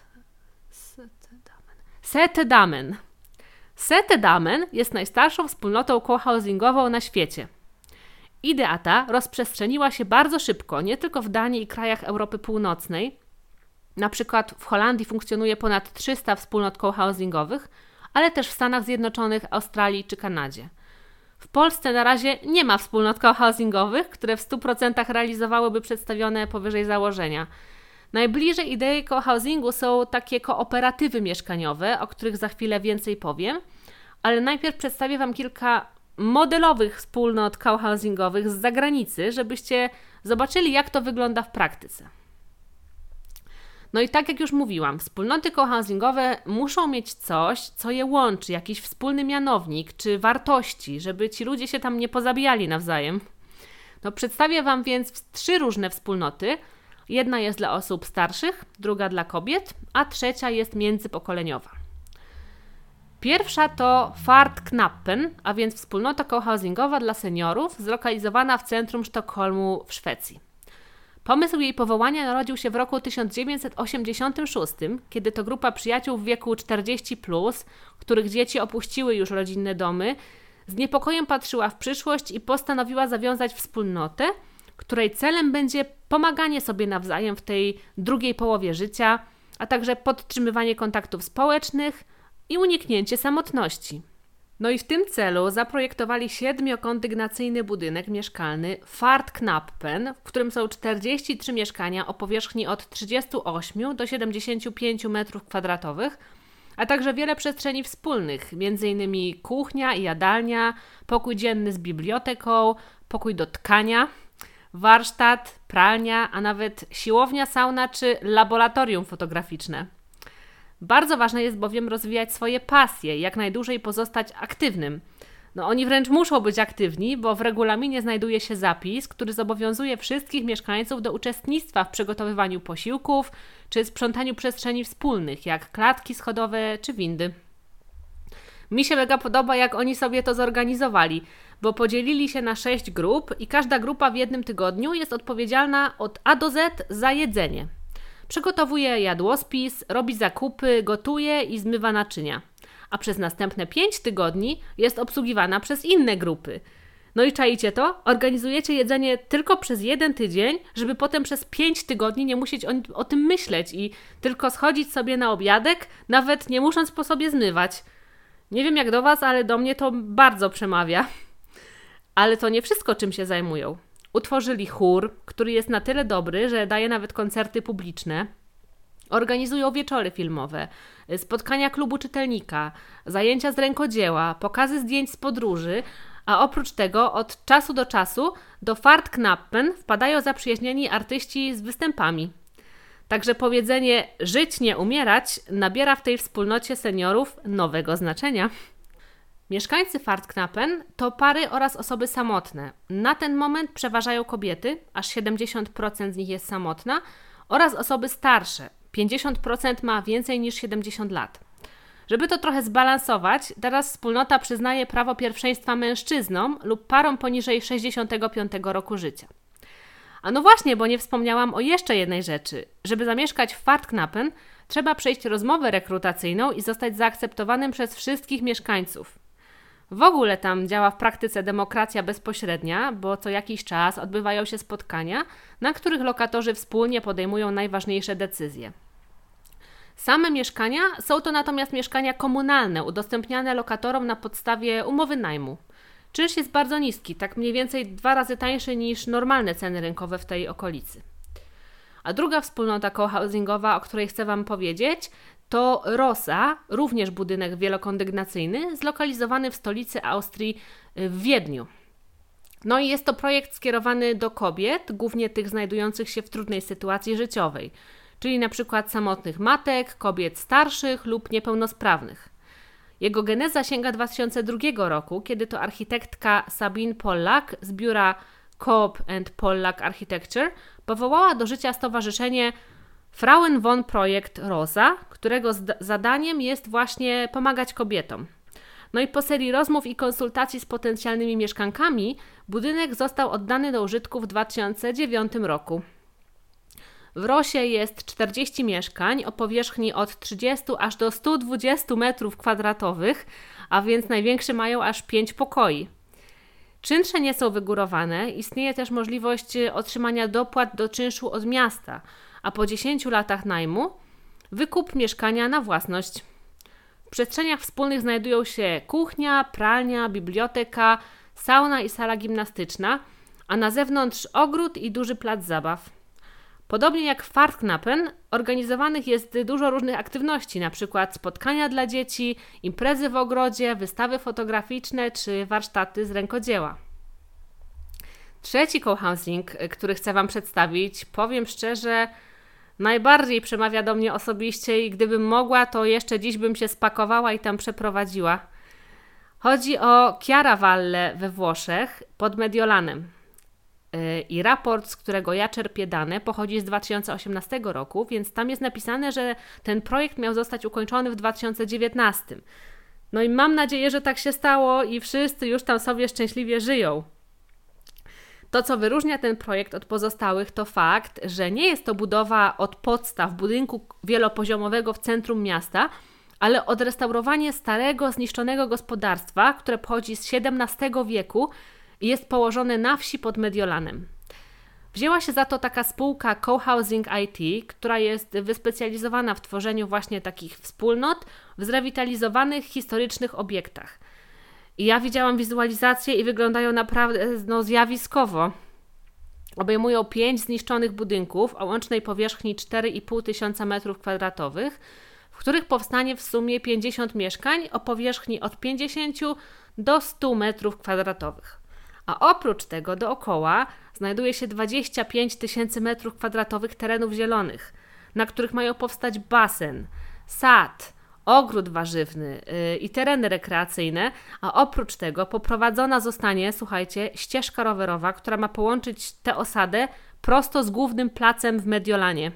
Setedamen. Setedamen jest najstarszą wspólnotą co-housingową na świecie. Idea ta rozprzestrzeniła się bardzo szybko, nie tylko w Danii i krajach Europy Północnej. Na przykład w Holandii funkcjonuje ponad trzysta wspólnot co-housingowych, ale też w Stanach Zjednoczonych, Australii czy Kanadzie. W Polsce na razie nie ma wspólnot co-housingowych, które w stu procentach realizowałyby przedstawione powyżej założenia. Najbliżej idei co-housingu są takie kooperatywy mieszkaniowe, o których za chwilę więcej powiem, ale najpierw przedstawię Wam kilka modelowych wspólnot co-housingowych z zagranicy, żebyście zobaczyli, jak to wygląda w praktyce. No i tak jak już mówiłam, wspólnoty co-housingowe muszą mieć coś, co je łączy, jakiś wspólny mianownik czy wartości, żeby ci ludzie się tam nie pozabijali nawzajem. No, przedstawię Wam więc trzy różne wspólnoty. Jedna jest dla osób starszych, druga dla kobiet, a trzecia jest międzypokoleniowa. Pierwsza to Fartknappen, a więc wspólnota co-housingowa dla seniorów, zlokalizowana w centrum Sztokholmu w Szwecji. Pomysł jej powołania narodził się w roku tysiąc dziewięćset osiemdziesiątym szóstym, kiedy to grupa przyjaciół w wieku czterdzieści plus, których dzieci opuściły już rodzinne domy, z niepokojem patrzyła w przyszłość i postanowiła zawiązać wspólnotę, której celem będzie pomaganie sobie nawzajem w tej drugiej połowie życia, a także podtrzymywanie kontaktów społecznych i uniknięcie samotności. No i w tym celu zaprojektowali siedmiokondygnacyjny budynek mieszkalny Fartknappen, w którym są czterdzieści trzy mieszkania o powierzchni od trzydziestu ośmiu do siedemdziesięciu pięciu metrów kwadratowych, a także wiele przestrzeni wspólnych, między innymi kuchnia i jadalnia, pokój dzienny z biblioteką, pokój do tkania, warsztat, pralnia, a nawet siłownia, sauna czy laboratorium fotograficzne. Bardzo ważne jest bowiem rozwijać swoje pasje, jak najdłużej pozostać aktywnym. No oni wręcz muszą być aktywni, bo w regulaminie znajduje się zapis, który zobowiązuje wszystkich mieszkańców do uczestnictwa w przygotowywaniu posiłków czy sprzątaniu przestrzeni wspólnych, jak klatki schodowe czy windy. Mi się mega podoba, jak oni sobie to zorganizowali, bo podzielili się na sześć grup i każda grupa w jednym tygodniu jest odpowiedzialna od A do Z za jedzenie. Przygotowuje jadłospis, robi zakupy, gotuje i zmywa naczynia. A przez następne pięć tygodni jest obsługiwana przez inne grupy. No i czaicie to? Organizujecie jedzenie tylko przez jeden tydzień, żeby potem przez pięć tygodni nie musieć o, o tym myśleć i tylko schodzić sobie na obiadek, nawet nie musząc po sobie zmywać. Nie wiem jak do Was, ale do mnie to bardzo przemawia. Ale to nie wszystko, czym się zajmują. Utworzyli chór, który jest na tyle dobry, że daje nawet koncerty publiczne. Organizują wieczory filmowe, spotkania klubu czytelnika, zajęcia z rękodzieła, pokazy zdjęć z podróży, a oprócz tego od czasu do czasu do Fartknappen wpadają zaprzyjaźnieni artyści z występami. Także powiedzenie żyć, nie umierać nabiera w tej wspólnocie seniorów nowego znaczenia. Mieszkańcy Fartknappen to pary oraz osoby samotne. Na ten moment przeważają kobiety, aż siedemdziesiąt procent z nich jest samotna, oraz osoby starsze. pięćdziesiąt procent ma więcej niż siedemdziesiąt lat. Żeby to trochę zbalansować, teraz wspólnota przyznaje prawo pierwszeństwa mężczyznom lub parom poniżej sześćdziesiątego piątego roku życia. A no właśnie, bo nie wspomniałam o jeszcze jednej rzeczy. Żeby zamieszkać w Fartknappen, trzeba przejść rozmowę rekrutacyjną i zostać zaakceptowanym przez wszystkich mieszkańców. W ogóle tam działa w praktyce demokracja bezpośrednia, bo co jakiś czas odbywają się spotkania, na których lokatorzy wspólnie podejmują najważniejsze decyzje. Same mieszkania są to natomiast mieszkania komunalne, udostępniane lokatorom na podstawie umowy najmu. Czynsz jest bardzo niski, tak mniej więcej dwa razy tańszy niż normalne ceny rynkowe w tej okolicy. A druga wspólnota cohousingowa, o której chcę Wam powiedzieć, to Rosa, również budynek wielokondygnacyjny, zlokalizowany w stolicy Austrii w Wiedniu. No i jest to projekt skierowany do kobiet, głównie tych znajdujących się w trudnej sytuacji życiowej, czyli na przykład samotnych matek, kobiet starszych lub niepełnosprawnych. Jego geneza sięga dwa tysiące drugiego roku, kiedy to architektka Sabine Pollack z biura Coop and Pollack Architecture powołała do życia stowarzyszenie Frauen Projekt Rosa, którego zadaniem jest właśnie pomagać kobietom. No i po serii rozmów i konsultacji z potencjalnymi mieszkankami budynek został oddany do użytku w dwa tysiące dziewiątym roku. W Rosie jest czterdzieści mieszkań o powierzchni od trzydziestu aż do stu dwudziestu metrów kwadratowych, a więc największe mają aż pięć pokoi. Czynsze nie są wygórowane, istnieje też możliwość otrzymania dopłat do czynszu od miasta, a po dziesięciu latach najmu wykup mieszkania na własność. W przestrzeniach wspólnych znajdują się kuchnia, pralnia, biblioteka, sauna i sala gimnastyczna, a na zewnątrz ogród i duży plac zabaw. Podobnie jak w Fartknappen organizowanych jest dużo różnych aktywności, np. spotkania dla dzieci, imprezy w ogrodzie, wystawy fotograficzne czy warsztaty z rękodzieła. Trzeci cohousing, który chcę Wam przedstawić, powiem szczerze, najbardziej przemawia do mnie osobiście i gdybym mogła, to jeszcze dziś bym się spakowała i tam przeprowadziła. Chodzi o Chiaravalle we Włoszech pod Mediolanem. I raport, z którego ja czerpię dane, pochodzi z dwa tysiące osiemnastego roku, więc tam jest napisane, że ten projekt miał zostać ukończony w dwa tysiące dziewiętnastym. No i mam nadzieję, że tak się stało i wszyscy już tam sobie szczęśliwie żyją. To, co wyróżnia ten projekt od pozostałych, to fakt, że nie jest to budowa od podstaw budynku wielopoziomowego w centrum miasta, ale odrestaurowanie starego, zniszczonego gospodarstwa, które pochodzi z siedemnastego wieku i jest położone na wsi pod Mediolanem. Wzięła się za to taka spółka Cohousing I T, która jest wyspecjalizowana w tworzeniu właśnie takich wspólnot w zrewitalizowanych historycznych obiektach. I ja widziałam wizualizacje i wyglądają naprawdę no, zjawiskowo. Obejmują pięć zniszczonych budynków o łącznej powierzchni cztery i pół tysiąca metrów kwadratowych, w których powstanie w sumie pięćdziesiąt mieszkań o powierzchni od pięćdziesięciu do stu metrów kwadratowych. A oprócz tego dookoła znajduje się dwadzieścia pięć tysięcy metrów kwadratowych terenów zielonych, na których mają powstać basen, sad, ogród warzywny yy, i tereny rekreacyjne, a oprócz tego poprowadzona zostanie, słuchajcie, ścieżka rowerowa, która ma połączyć tę osadę prosto z głównym placem w Mediolanie.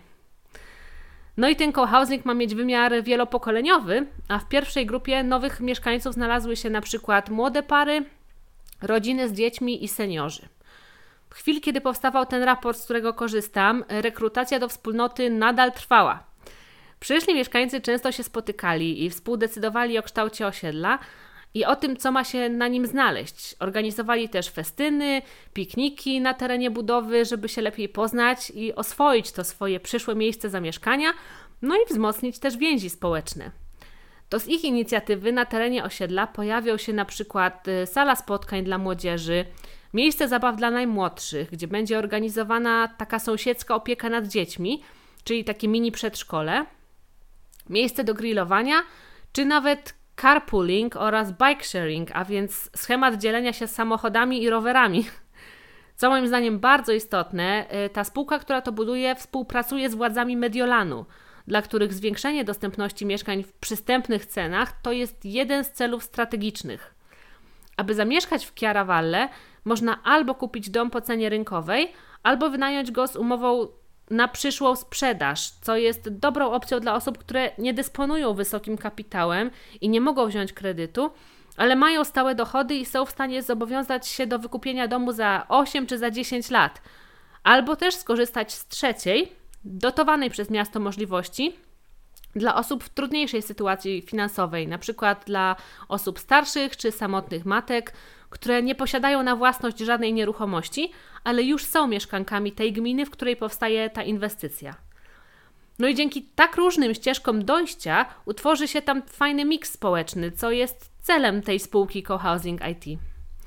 No i ten cohousing ma mieć wymiar wielopokoleniowy, a w pierwszej grupie nowych mieszkańców znalazły się na przykład młode pary, rodziny z dziećmi i seniorzy. W chwili, kiedy powstawał ten raport, z którego korzystam, rekrutacja do wspólnoty nadal trwała. Przyszli mieszkańcy często się spotykali i współdecydowali o kształcie osiedla i o tym, co ma się na nim znaleźć. Organizowali też festyny, pikniki na terenie budowy, żeby się lepiej poznać i oswoić to swoje przyszłe miejsce zamieszkania, no i wzmocnić też więzi społeczne. To z ich inicjatywy na terenie osiedla pojawią się na przykład sala spotkań dla młodzieży, miejsce zabaw dla najmłodszych, gdzie będzie organizowana taka sąsiedzka opieka nad dziećmi, czyli takie mini przedszkole, miejsce do grillowania, czy nawet carpooling oraz bike sharing, a więc schemat dzielenia się samochodami i rowerami. Co moim zdaniem bardzo istotne, ta spółka, która to buduje, współpracuje z władzami Mediolanu, dla których zwiększenie dostępności mieszkań w przystępnych cenach to jest jeden z celów strategicznych. Aby zamieszkać w Chiara Valle, można albo kupić dom po cenie rynkowej, albo wynająć go z umową na przyszłą sprzedaż, co jest dobrą opcją dla osób, które nie dysponują wysokim kapitałem i nie mogą wziąć kredytu, ale mają stałe dochody i są w stanie zobowiązać się do wykupienia domu za osiem czy za dziesięć lat, albo też skorzystać z trzeciej, dotowanej przez miasto możliwości dla osób w trudniejszej sytuacji finansowej, na przykład dla osób starszych czy samotnych matek, które nie posiadają na własność żadnej nieruchomości, ale już są mieszkankami tej gminy, w której powstaje ta inwestycja. No i dzięki tak różnym ścieżkom dojścia utworzy się tam fajny miks społeczny, co jest celem tej spółki Cohousing I T.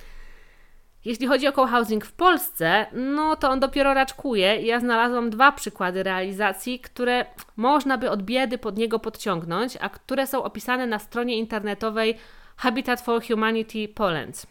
Jeśli chodzi o cohousing w Polsce, no to on dopiero raczkuje i ja znalazłam dwa przykłady realizacji, które można by od biedy pod niego podciągnąć, a które są opisane na stronie internetowej Habitat for Humanity Poland.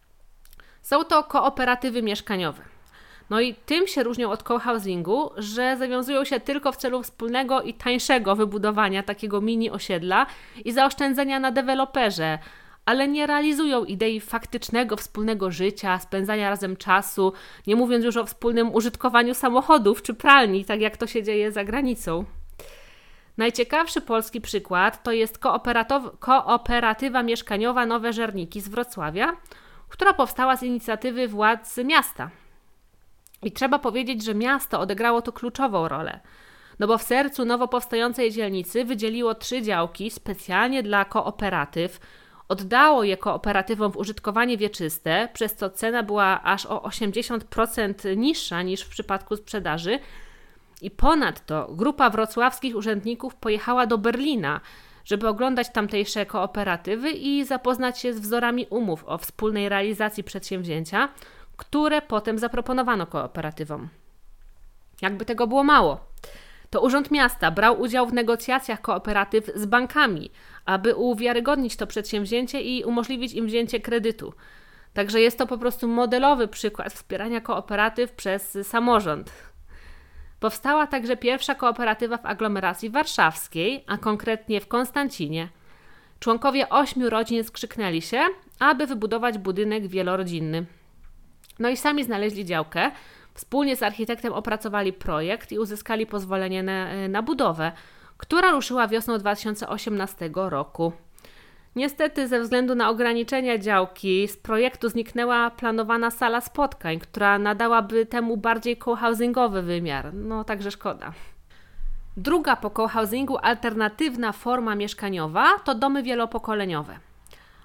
Są to kooperatywy mieszkaniowe. No i tym się różnią od cohousingu, że zawiązują się tylko w celu wspólnego i tańszego wybudowania takiego mini osiedla i zaoszczędzenia na deweloperze, ale nie realizują idei faktycznego wspólnego życia, spędzania razem czasu, nie mówiąc już o wspólnym użytkowaniu samochodów czy pralni, tak jak to się dzieje za granicą. Najciekawszy polski przykład to jest kooperatywa mieszkaniowa Nowe Żerniki z Wrocławia, która powstała z inicjatywy władz miasta. I trzeba powiedzieć, że miasto odegrało tu kluczową rolę, no bo w sercu nowo powstającej dzielnicy wydzieliło trzy działki specjalnie dla kooperatyw, oddało je kooperatywom w użytkowanie wieczyste, przez co cena była aż o osiemdziesiąt procent niższa niż w przypadku sprzedaży i ponadto grupa wrocławskich urzędników pojechała do Berlina, żeby oglądać tamtejsze kooperatywy i zapoznać się z wzorami umów o wspólnej realizacji przedsięwzięcia, które potem zaproponowano kooperatywom. Jakby tego było mało, to Urząd Miasta brał udział w negocjacjach kooperatyw z bankami, aby uwiarygodnić to przedsięwzięcie i umożliwić im wzięcie kredytu. Także jest to po prostu modelowy przykład wspierania kooperatyw przez samorząd. Powstała także pierwsza kooperatywa w aglomeracji warszawskiej, a konkretnie w Konstancinie. Członkowie ośmiu rodzin skrzyknęli się, aby wybudować budynek wielorodzinny. No i sami znaleźli działkę, wspólnie z architektem opracowali projekt i uzyskali pozwolenie na, na budowę, która ruszyła wiosną dwa tysiące osiemnastego roku. Niestety ze względu na ograniczenia działki z projektu zniknęła planowana sala spotkań, która nadałaby temu bardziej cohousingowy wymiar, no także szkoda. Druga po cohousingu alternatywna forma mieszkaniowa to domy wielopokoleniowe.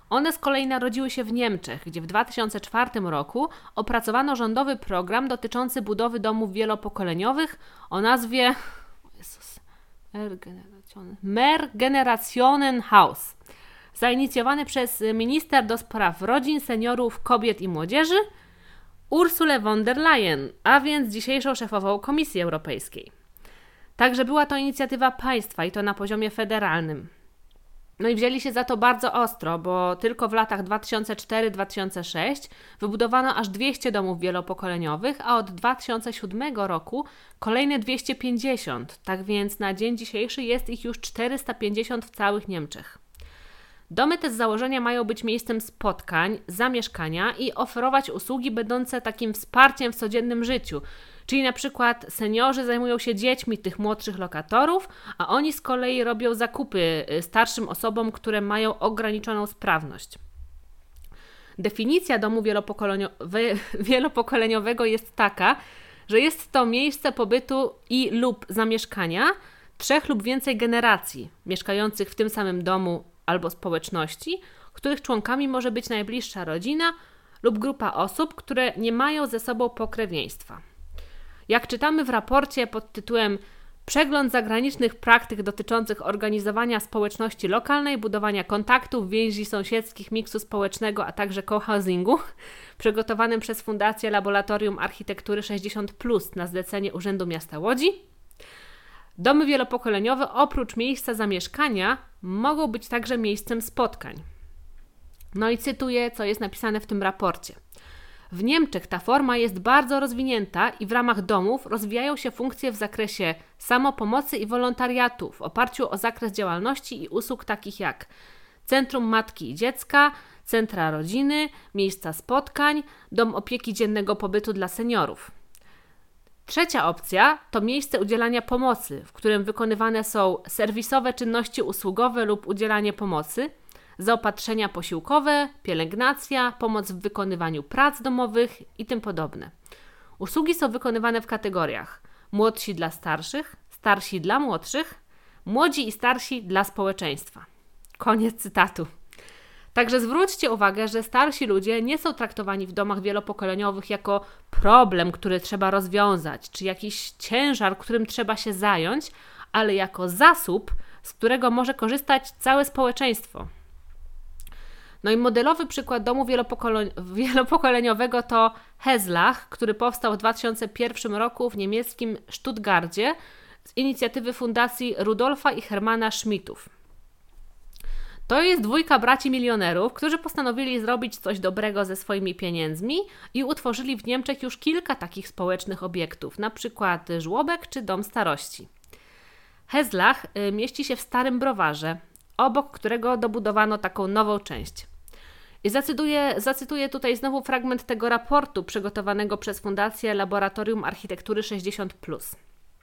One z kolei narodziły się w Niemczech, gdzie w dwa tysiące czwartym roku opracowano rządowy program dotyczący budowy domów wielopokoleniowych o nazwie o Jezus, Mehrgenerationenhaus, zainicjowany przez minister do spraw rodzin, seniorów, kobiet i młodzieży Ursulę von der Leyen, a więc dzisiejszą szefową Komisji Europejskiej. Także była to inicjatywa państwa i to na poziomie federalnym. No i wzięli się za to bardzo ostro, bo tylko w latach dwa tysiące czwarty do dwa tysiące szóstego wybudowano aż dwieście domów wielopokoleniowych, a od dwa tysiące siódmego roku kolejne dwieście pięćdziesiąt, tak więc na dzień dzisiejszy jest ich już czterysta pięćdziesiąt w całych Niemczech. Domy te z założenia mają być miejscem spotkań, zamieszkania i oferować usługi będące takim wsparciem w codziennym życiu. Czyli na przykład seniorzy zajmują się dziećmi tych młodszych lokatorów, a oni z kolei robią zakupy starszym osobom, które mają ograniczoną sprawność. Definicja domu wielopokoleniowe- wielopokoleniowego jest taka, że jest to miejsce pobytu i lub zamieszkania trzech lub więcej generacji mieszkających w tym samym domu albo społeczności, których członkami może być najbliższa rodzina lub grupa osób, które nie mają ze sobą pokrewieństwa. Jak czytamy w raporcie pod tytułem Przegląd zagranicznych praktyk dotyczących organizowania społeczności lokalnej, budowania kontaktów, więzi sąsiedzkich, miksu społecznego, a także cohousingu, przygotowanym przez Fundację Laboratorium Architektury sześćdziesiąt plus na zlecenie Urzędu Miasta Łodzi, domy wielopokoleniowe oprócz miejsca zamieszkania mogą być także miejscem spotkań. No i cytuję, co jest napisane w tym raporcie. W Niemczech ta forma jest bardzo rozwinięta i w ramach domów rozwijają się funkcje w zakresie samopomocy i wolontariatu w oparciu o zakres działalności i usług takich jak Centrum Matki i Dziecka, centra rodziny, miejsca spotkań, dom opieki dziennego pobytu dla seniorów. Trzecia opcja to miejsce udzielania pomocy, w którym wykonywane są serwisowe czynności usługowe lub udzielanie pomocy, zaopatrzenia posiłkowe, pielęgnacja, pomoc w wykonywaniu prac domowych i tym podobne. Usługi są wykonywane w kategoriach młodsi dla starszych, starsi dla młodszych, młodzi i starsi dla społeczeństwa. Koniec cytatu. Także zwróćcie uwagę, że starsi ludzie nie są traktowani w domach wielopokoleniowych jako problem, który trzeba rozwiązać, czy jakiś ciężar, którym trzeba się zająć, ale jako zasób, z którego może korzystać całe społeczeństwo. No i modelowy przykład domu wielopokole- wielopokoleniowego to Heslach, który powstał w dwa tysiące pierwszym roku w niemieckim Stuttgarcie z inicjatywy Fundacji Rudolfa i Hermana Schmidtów. To jest dwójka braci milionerów, którzy postanowili zrobić coś dobrego ze swoimi pieniędzmi i utworzyli w Niemczech już kilka takich społecznych obiektów, na przykład żłobek czy dom starości. Heslach mieści się w Starym Browarze, obok którego dobudowano taką nową część. I zacytuję, zacytuję tutaj znowu fragment tego raportu przygotowanego przez Fundację Laboratorium Architektury sześćdziesiąt plus.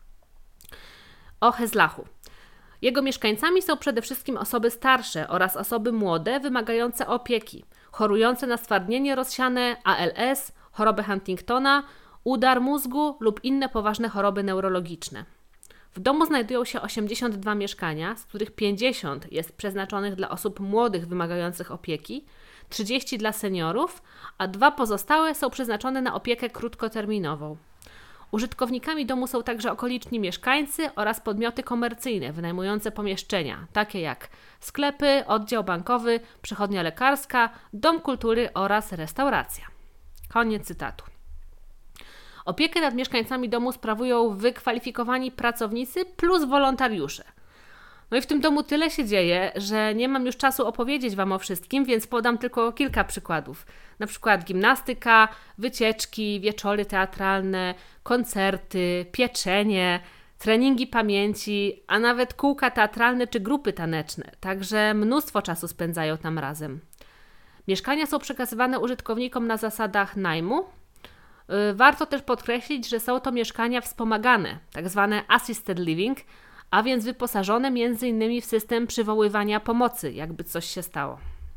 O Heslachu. Jego mieszkańcami są przede wszystkim osoby starsze oraz osoby młode wymagające opieki, chorujące na stwardnienie rozsiane, A L S, chorobę Huntingtona, udar mózgu lub inne poważne choroby neurologiczne. W domu znajdują się osiemdziesiąt dwa mieszkania, z których pięćdziesiąt jest przeznaczonych dla osób młodych wymagających opieki, trzydzieści dla seniorów, a dwa pozostałe są przeznaczone na opiekę krótkoterminową. Użytkownikami domu są także okoliczni mieszkańcy oraz podmioty komercyjne wynajmujące pomieszczenia, takie jak sklepy, oddział bankowy, przychodnia lekarska, dom kultury oraz restauracja. Koniec cytatu. Opiekę nad mieszkańcami domu sprawują wykwalifikowani pracownicy plus wolontariusze. No i w tym domu tyle się dzieje, że nie mam już czasu opowiedzieć Wam o wszystkim, więc podam tylko kilka przykładów. Na przykład gimnastyka, wycieczki, wieczory teatralne, koncerty, pieczenie, treningi pamięci, a nawet kółka teatralne czy grupy taneczne. Także mnóstwo czasu spędzają tam razem. Mieszkania są przekazywane użytkownikom na zasadach najmu. Warto też podkreślić, że są to mieszkania wspomagane, tak zwane assisted living, a więc wyposażone między innymi w system przywoływania pomocy, jakby coś się stało.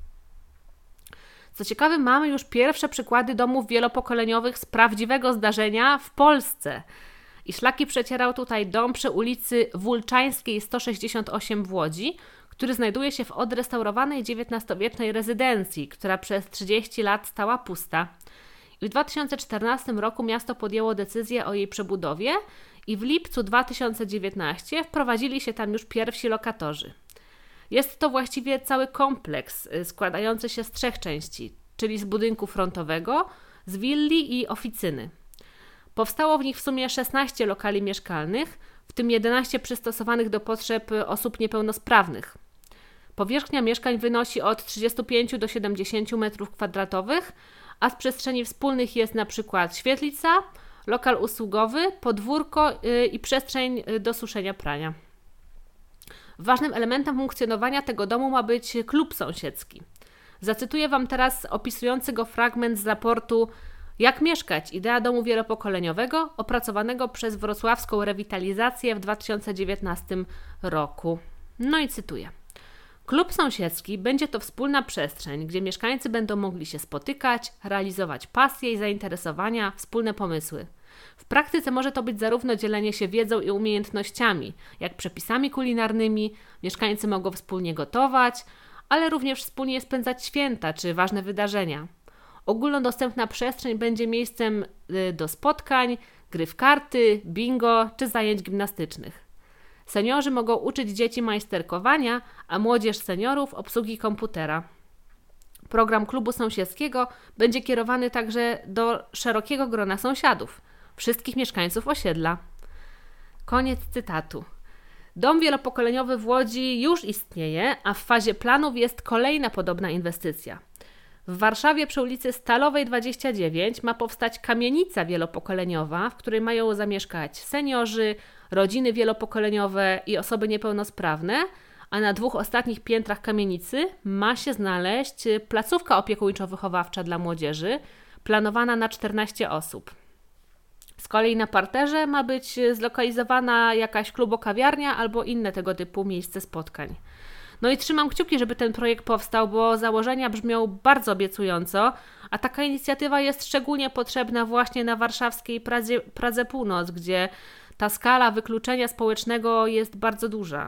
Co ciekawe, mamy już pierwsze przykłady domów wielopokoleniowych z prawdziwego zdarzenia w Polsce. I szlaki przecierał tutaj dom przy ulicy Wulczańskiej sto sześćdziesiąt osiem w Łodzi, który znajduje się w odrestaurowanej dziewiętnastowiecznej rezydencji, która przez trzydzieści lat stała pusta. I w dwa tysiące czternastym roku miasto podjęło decyzję o jej przebudowie i w lipcu dwa tysiące dziewiętnastego wprowadzili się tam już pierwsi lokatorzy. Jest to właściwie cały kompleks składający się z trzech części, czyli z budynku frontowego, z willi i oficyny. Powstało w nich w sumie szesnaście lokali mieszkalnych, w tym jedenaście przystosowanych do potrzeb osób niepełnosprawnych. Powierzchnia mieszkań wynosi od trzydziestu pięciu do siedemdziesięciu metrów kwadratowych, a z przestrzeni wspólnych jest na przykład świetlica, lokal usługowy, podwórko i przestrzeń do suszenia prania. Ważnym elementem funkcjonowania tego domu ma być klub sąsiedzki. Zacytuję Wam teraz opisujący go fragment z raportu Jak mieszkać? Idea domu wielopokoleniowego, opracowanego przez Wrocławską Rewitalizację w dwa tysiące dziewiętnastym roku. No i cytuję. Klub sąsiedzki będzie to wspólna przestrzeń, gdzie mieszkańcy będą mogli się spotykać, realizować pasje i zainteresowania, wspólne pomysły. W praktyce może to być zarówno dzielenie się wiedzą i umiejętnościami, jak przepisami kulinarnymi, mieszkańcy mogą wspólnie gotować, ale również wspólnie spędzać święta czy ważne wydarzenia. Ogólnodostępna przestrzeń będzie miejscem do spotkań, gry w karty, bingo czy zajęć gimnastycznych. Seniorzy mogą uczyć dzieci majsterkowania, a młodzież seniorów obsługi komputera. Program klubu sąsiedzkiego będzie kierowany także do szerokiego grona sąsiadów, wszystkich mieszkańców osiedla. Koniec cytatu. Dom wielopokoleniowy w Łodzi już istnieje, a w fazie planów jest kolejna podobna inwestycja. W Warszawie przy ulicy Stalowej dwadzieścia dziewięć ma powstać kamienica wielopokoleniowa, w której mają zamieszkać seniorzy, rodziny wielopokoleniowe i osoby niepełnosprawne, a na dwóch ostatnich piętrach kamienicy ma się znaleźć placówka opiekuńczo-wychowawcza dla młodzieży, planowana na czternaście osób. Z kolei na parterze ma być zlokalizowana jakaś klubokawiarnia albo inne tego typu miejsce spotkań. No i trzymam kciuki, żeby ten projekt powstał, bo założenia brzmią bardzo obiecująco, a taka inicjatywa jest szczególnie potrzebna właśnie na warszawskiej Pradze, Pradze Północ, gdzie ta skala wykluczenia społecznego jest bardzo duża.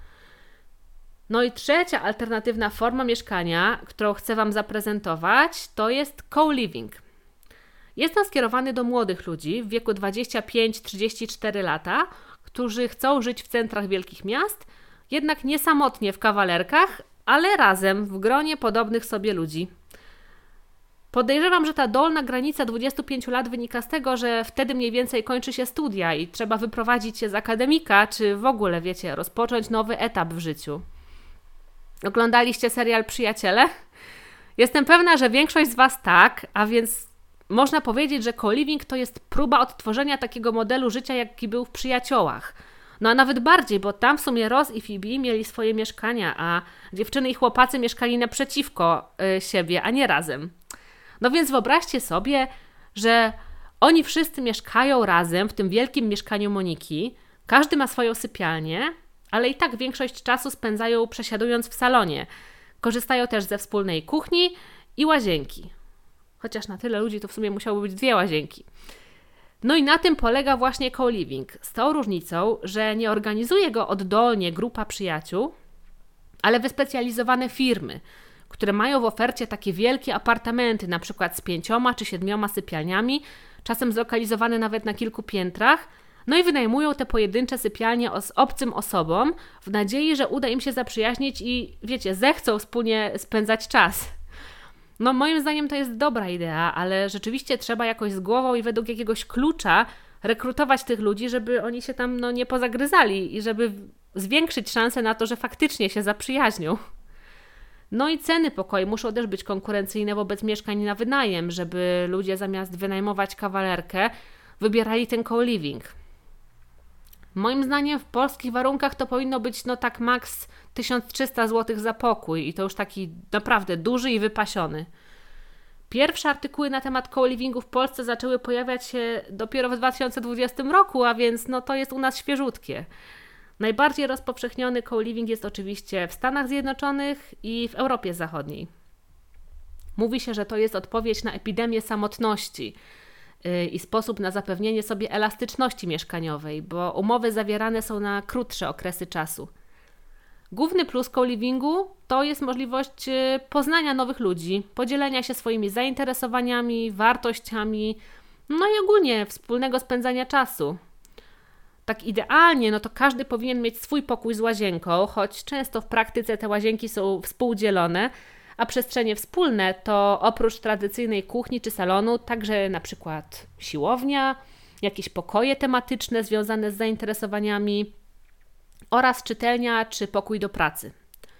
No i trzecia alternatywna forma mieszkania, którą chcę Wam zaprezentować, to jest co-living. Jest on skierowany do młodych ludzi w wieku dwadzieścia pięć do trzydziestu czterech lata, którzy chcą żyć w centrach wielkich miast, jednak nie samotnie w kawalerkach, ale razem w gronie podobnych sobie ludzi. Podejrzewam, że ta dolna granica dwudziestu pięciu lat wynika z tego, że wtedy mniej więcej kończy się studia i trzeba wyprowadzić się z akademika, czy w ogóle, wiecie, rozpocząć nowy etap w życiu. Oglądaliście serial Przyjaciele? Jestem pewna, że większość z Was tak, a więc można powiedzieć, że co-living to jest próba odtworzenia takiego modelu życia, jaki był w Przyjaciołach. No a nawet bardziej, bo tam w sumie Ross i Phoebe mieli swoje mieszkania, a dziewczyny i chłopacy mieszkali naprzeciwko y, siebie, a nie razem. No więc wyobraźcie sobie, że oni wszyscy mieszkają razem w tym wielkim mieszkaniu Moniki, każdy ma swoją sypialnię, ale i tak większość czasu spędzają przesiadując w salonie. Korzystają też ze wspólnej kuchni i łazienki. Chociaż na tyle ludzi to w sumie musiały być dwie łazienki. No i na tym polega właśnie co-living, z tą różnicą, że nie organizuje go oddolnie grupa przyjaciół, ale wyspecjalizowane firmy, które mają w ofercie takie wielkie apartamenty, na przykład z pięcioma czy siedmioma sypialniami, czasem zlokalizowane nawet na kilku piętrach, no i wynajmują te pojedyncze sypialnie z obcym osobom w nadziei, że uda im się zaprzyjaźnić i, wiecie, zechcą wspólnie spędzać czas. No moim zdaniem to jest dobra idea, ale rzeczywiście trzeba jakoś z głową i według jakiegoś klucza rekrutować tych ludzi, żeby oni się tam no, nie pozagryzali i żeby zwiększyć szanse na to, że faktycznie się zaprzyjaźnią. No i ceny pokoju muszą też być konkurencyjne wobec mieszkań na wynajem, żeby ludzie zamiast wynajmować kawalerkę, wybierali ten co-living. Moim zdaniem w polskich warunkach to powinno być no tak maks tysiąc trzysta złotych za pokój i to już taki naprawdę duży i wypasiony. Pierwsze artykuły na temat co-livingu w Polsce zaczęły pojawiać się dopiero w dwa tysiące dwudziestym roku, a więc no to jest u nas świeżutkie. Najbardziej rozpowszechniony co-living jest oczywiście w Stanach Zjednoczonych i w Europie Zachodniej. Mówi się, że to jest odpowiedź na epidemię samotności i sposób na zapewnienie sobie elastyczności mieszkaniowej, bo umowy zawierane są na krótsze okresy czasu. Główny plus co-livingu to jest możliwość poznania nowych ludzi, podzielenia się swoimi zainteresowaniami, wartościami, no i ogólnie wspólnego spędzania czasu. Tak idealnie, no to każdy powinien mieć swój pokój z łazienką, choć często w praktyce te łazienki są współdzielone, a przestrzenie wspólne to oprócz tradycyjnej kuchni czy salonu także na przykład siłownia, jakieś pokoje tematyczne związane z zainteresowaniami oraz czytelnia czy pokój do pracy.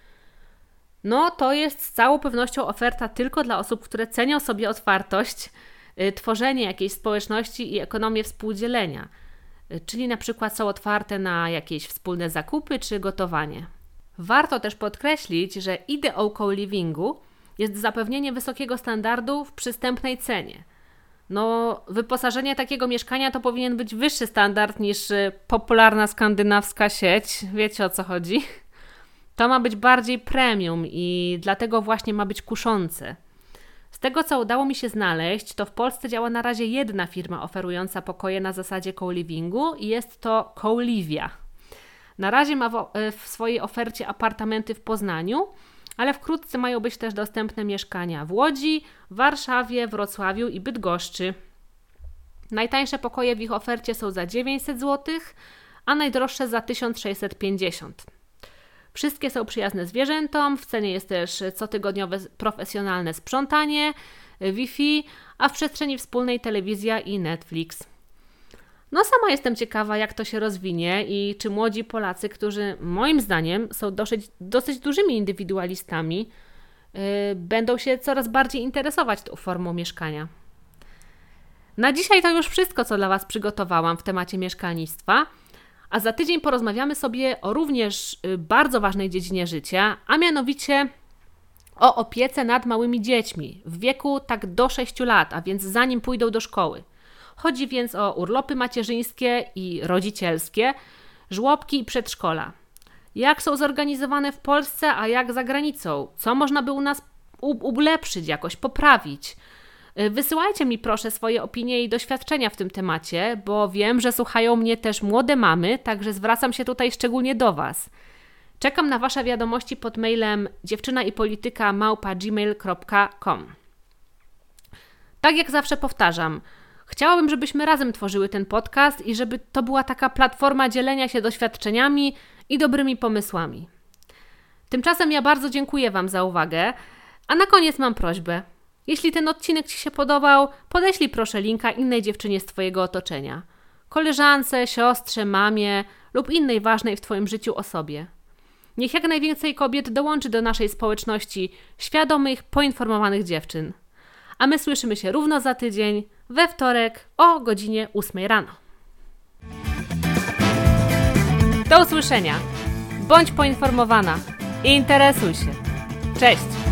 No to jest z całą pewnością oferta tylko dla osób, które cenią sobie otwartość, y, tworzenie jakiejś społeczności i ekonomię współdzielenia, y, czyli na przykład są otwarte na jakieś wspólne zakupy czy gotowanie. Warto też podkreślić, że ideą co-livingu jest zapewnienie wysokiego standardu w przystępnej cenie. No, wyposażenie takiego mieszkania to powinien być wyższy standard niż y, popularna skandynawska sieć. Wiecie, o co chodzi? To ma być bardziej premium i dlatego właśnie ma być kuszące. Z tego, co udało mi się znaleźć, to w Polsce działa na razie jedna firma oferująca pokoje na zasadzie co-livingu i jest to Colivia. Na razie ma w, w swojej ofercie apartamenty w Poznaniu, ale wkrótce mają być też dostępne mieszkania w Łodzi, Warszawie, Wrocławiu i Bydgoszczy. Najtańsze pokoje w ich ofercie są za dziewięćset złotych, a najdroższe za tysiąc sześćset pięćdziesiąt. Wszystkie są przyjazne zwierzętom, w cenie jest też cotygodniowe profesjonalne sprzątanie, Wi-Fi, a w przestrzeni wspólnej telewizja i Netflix. No sama jestem ciekawa, jak to się rozwinie i czy młodzi Polacy, którzy moim zdaniem są dosyć, dosyć dużymi indywidualistami, yy, będą się coraz bardziej interesować tą formą mieszkania. Na dzisiaj to już wszystko, co dla Was przygotowałam w temacie mieszkalnictwa, a za tydzień porozmawiamy sobie o również bardzo ważnej dziedzinie życia, a mianowicie o opiece nad małymi dziećmi w wieku tak do sześciu lat, a więc zanim pójdą do szkoły. Chodzi więc o urlopy macierzyńskie i rodzicielskie, żłobki i przedszkola. Jak są zorganizowane w Polsce, a jak za granicą? Co można by u nas ulepszyć, jakoś poprawić? Wysyłajcie mi proszę swoje opinie i doświadczenia w tym temacie, bo wiem, że słuchają mnie też młode mamy, także zwracam się tutaj szczególnie do Was. Czekam na Wasze wiadomości pod mailem dziewczynaipolityka małpa gmail kropka com. Tak jak zawsze powtarzam, chciałabym, żebyśmy razem tworzyły ten podcast i żeby to była taka platforma dzielenia się doświadczeniami i dobrymi pomysłami. Tymczasem ja bardzo dziękuję Wam za uwagę, a na koniec mam prośbę. Jeśli ten odcinek Ci się podobał, podeślij proszę linka innej dziewczynie z Twojego otoczenia. Koleżance, siostrze, mamie lub innej ważnej w Twoim życiu osobie. Niech jak najwięcej kobiet dołączy do naszej społeczności świadomych, poinformowanych dziewczyn. A my słyszymy się równo za tydzień, we wtorek o godzinie ósmej rano. Do usłyszenia. Bądź poinformowana i interesuj się. Cześć!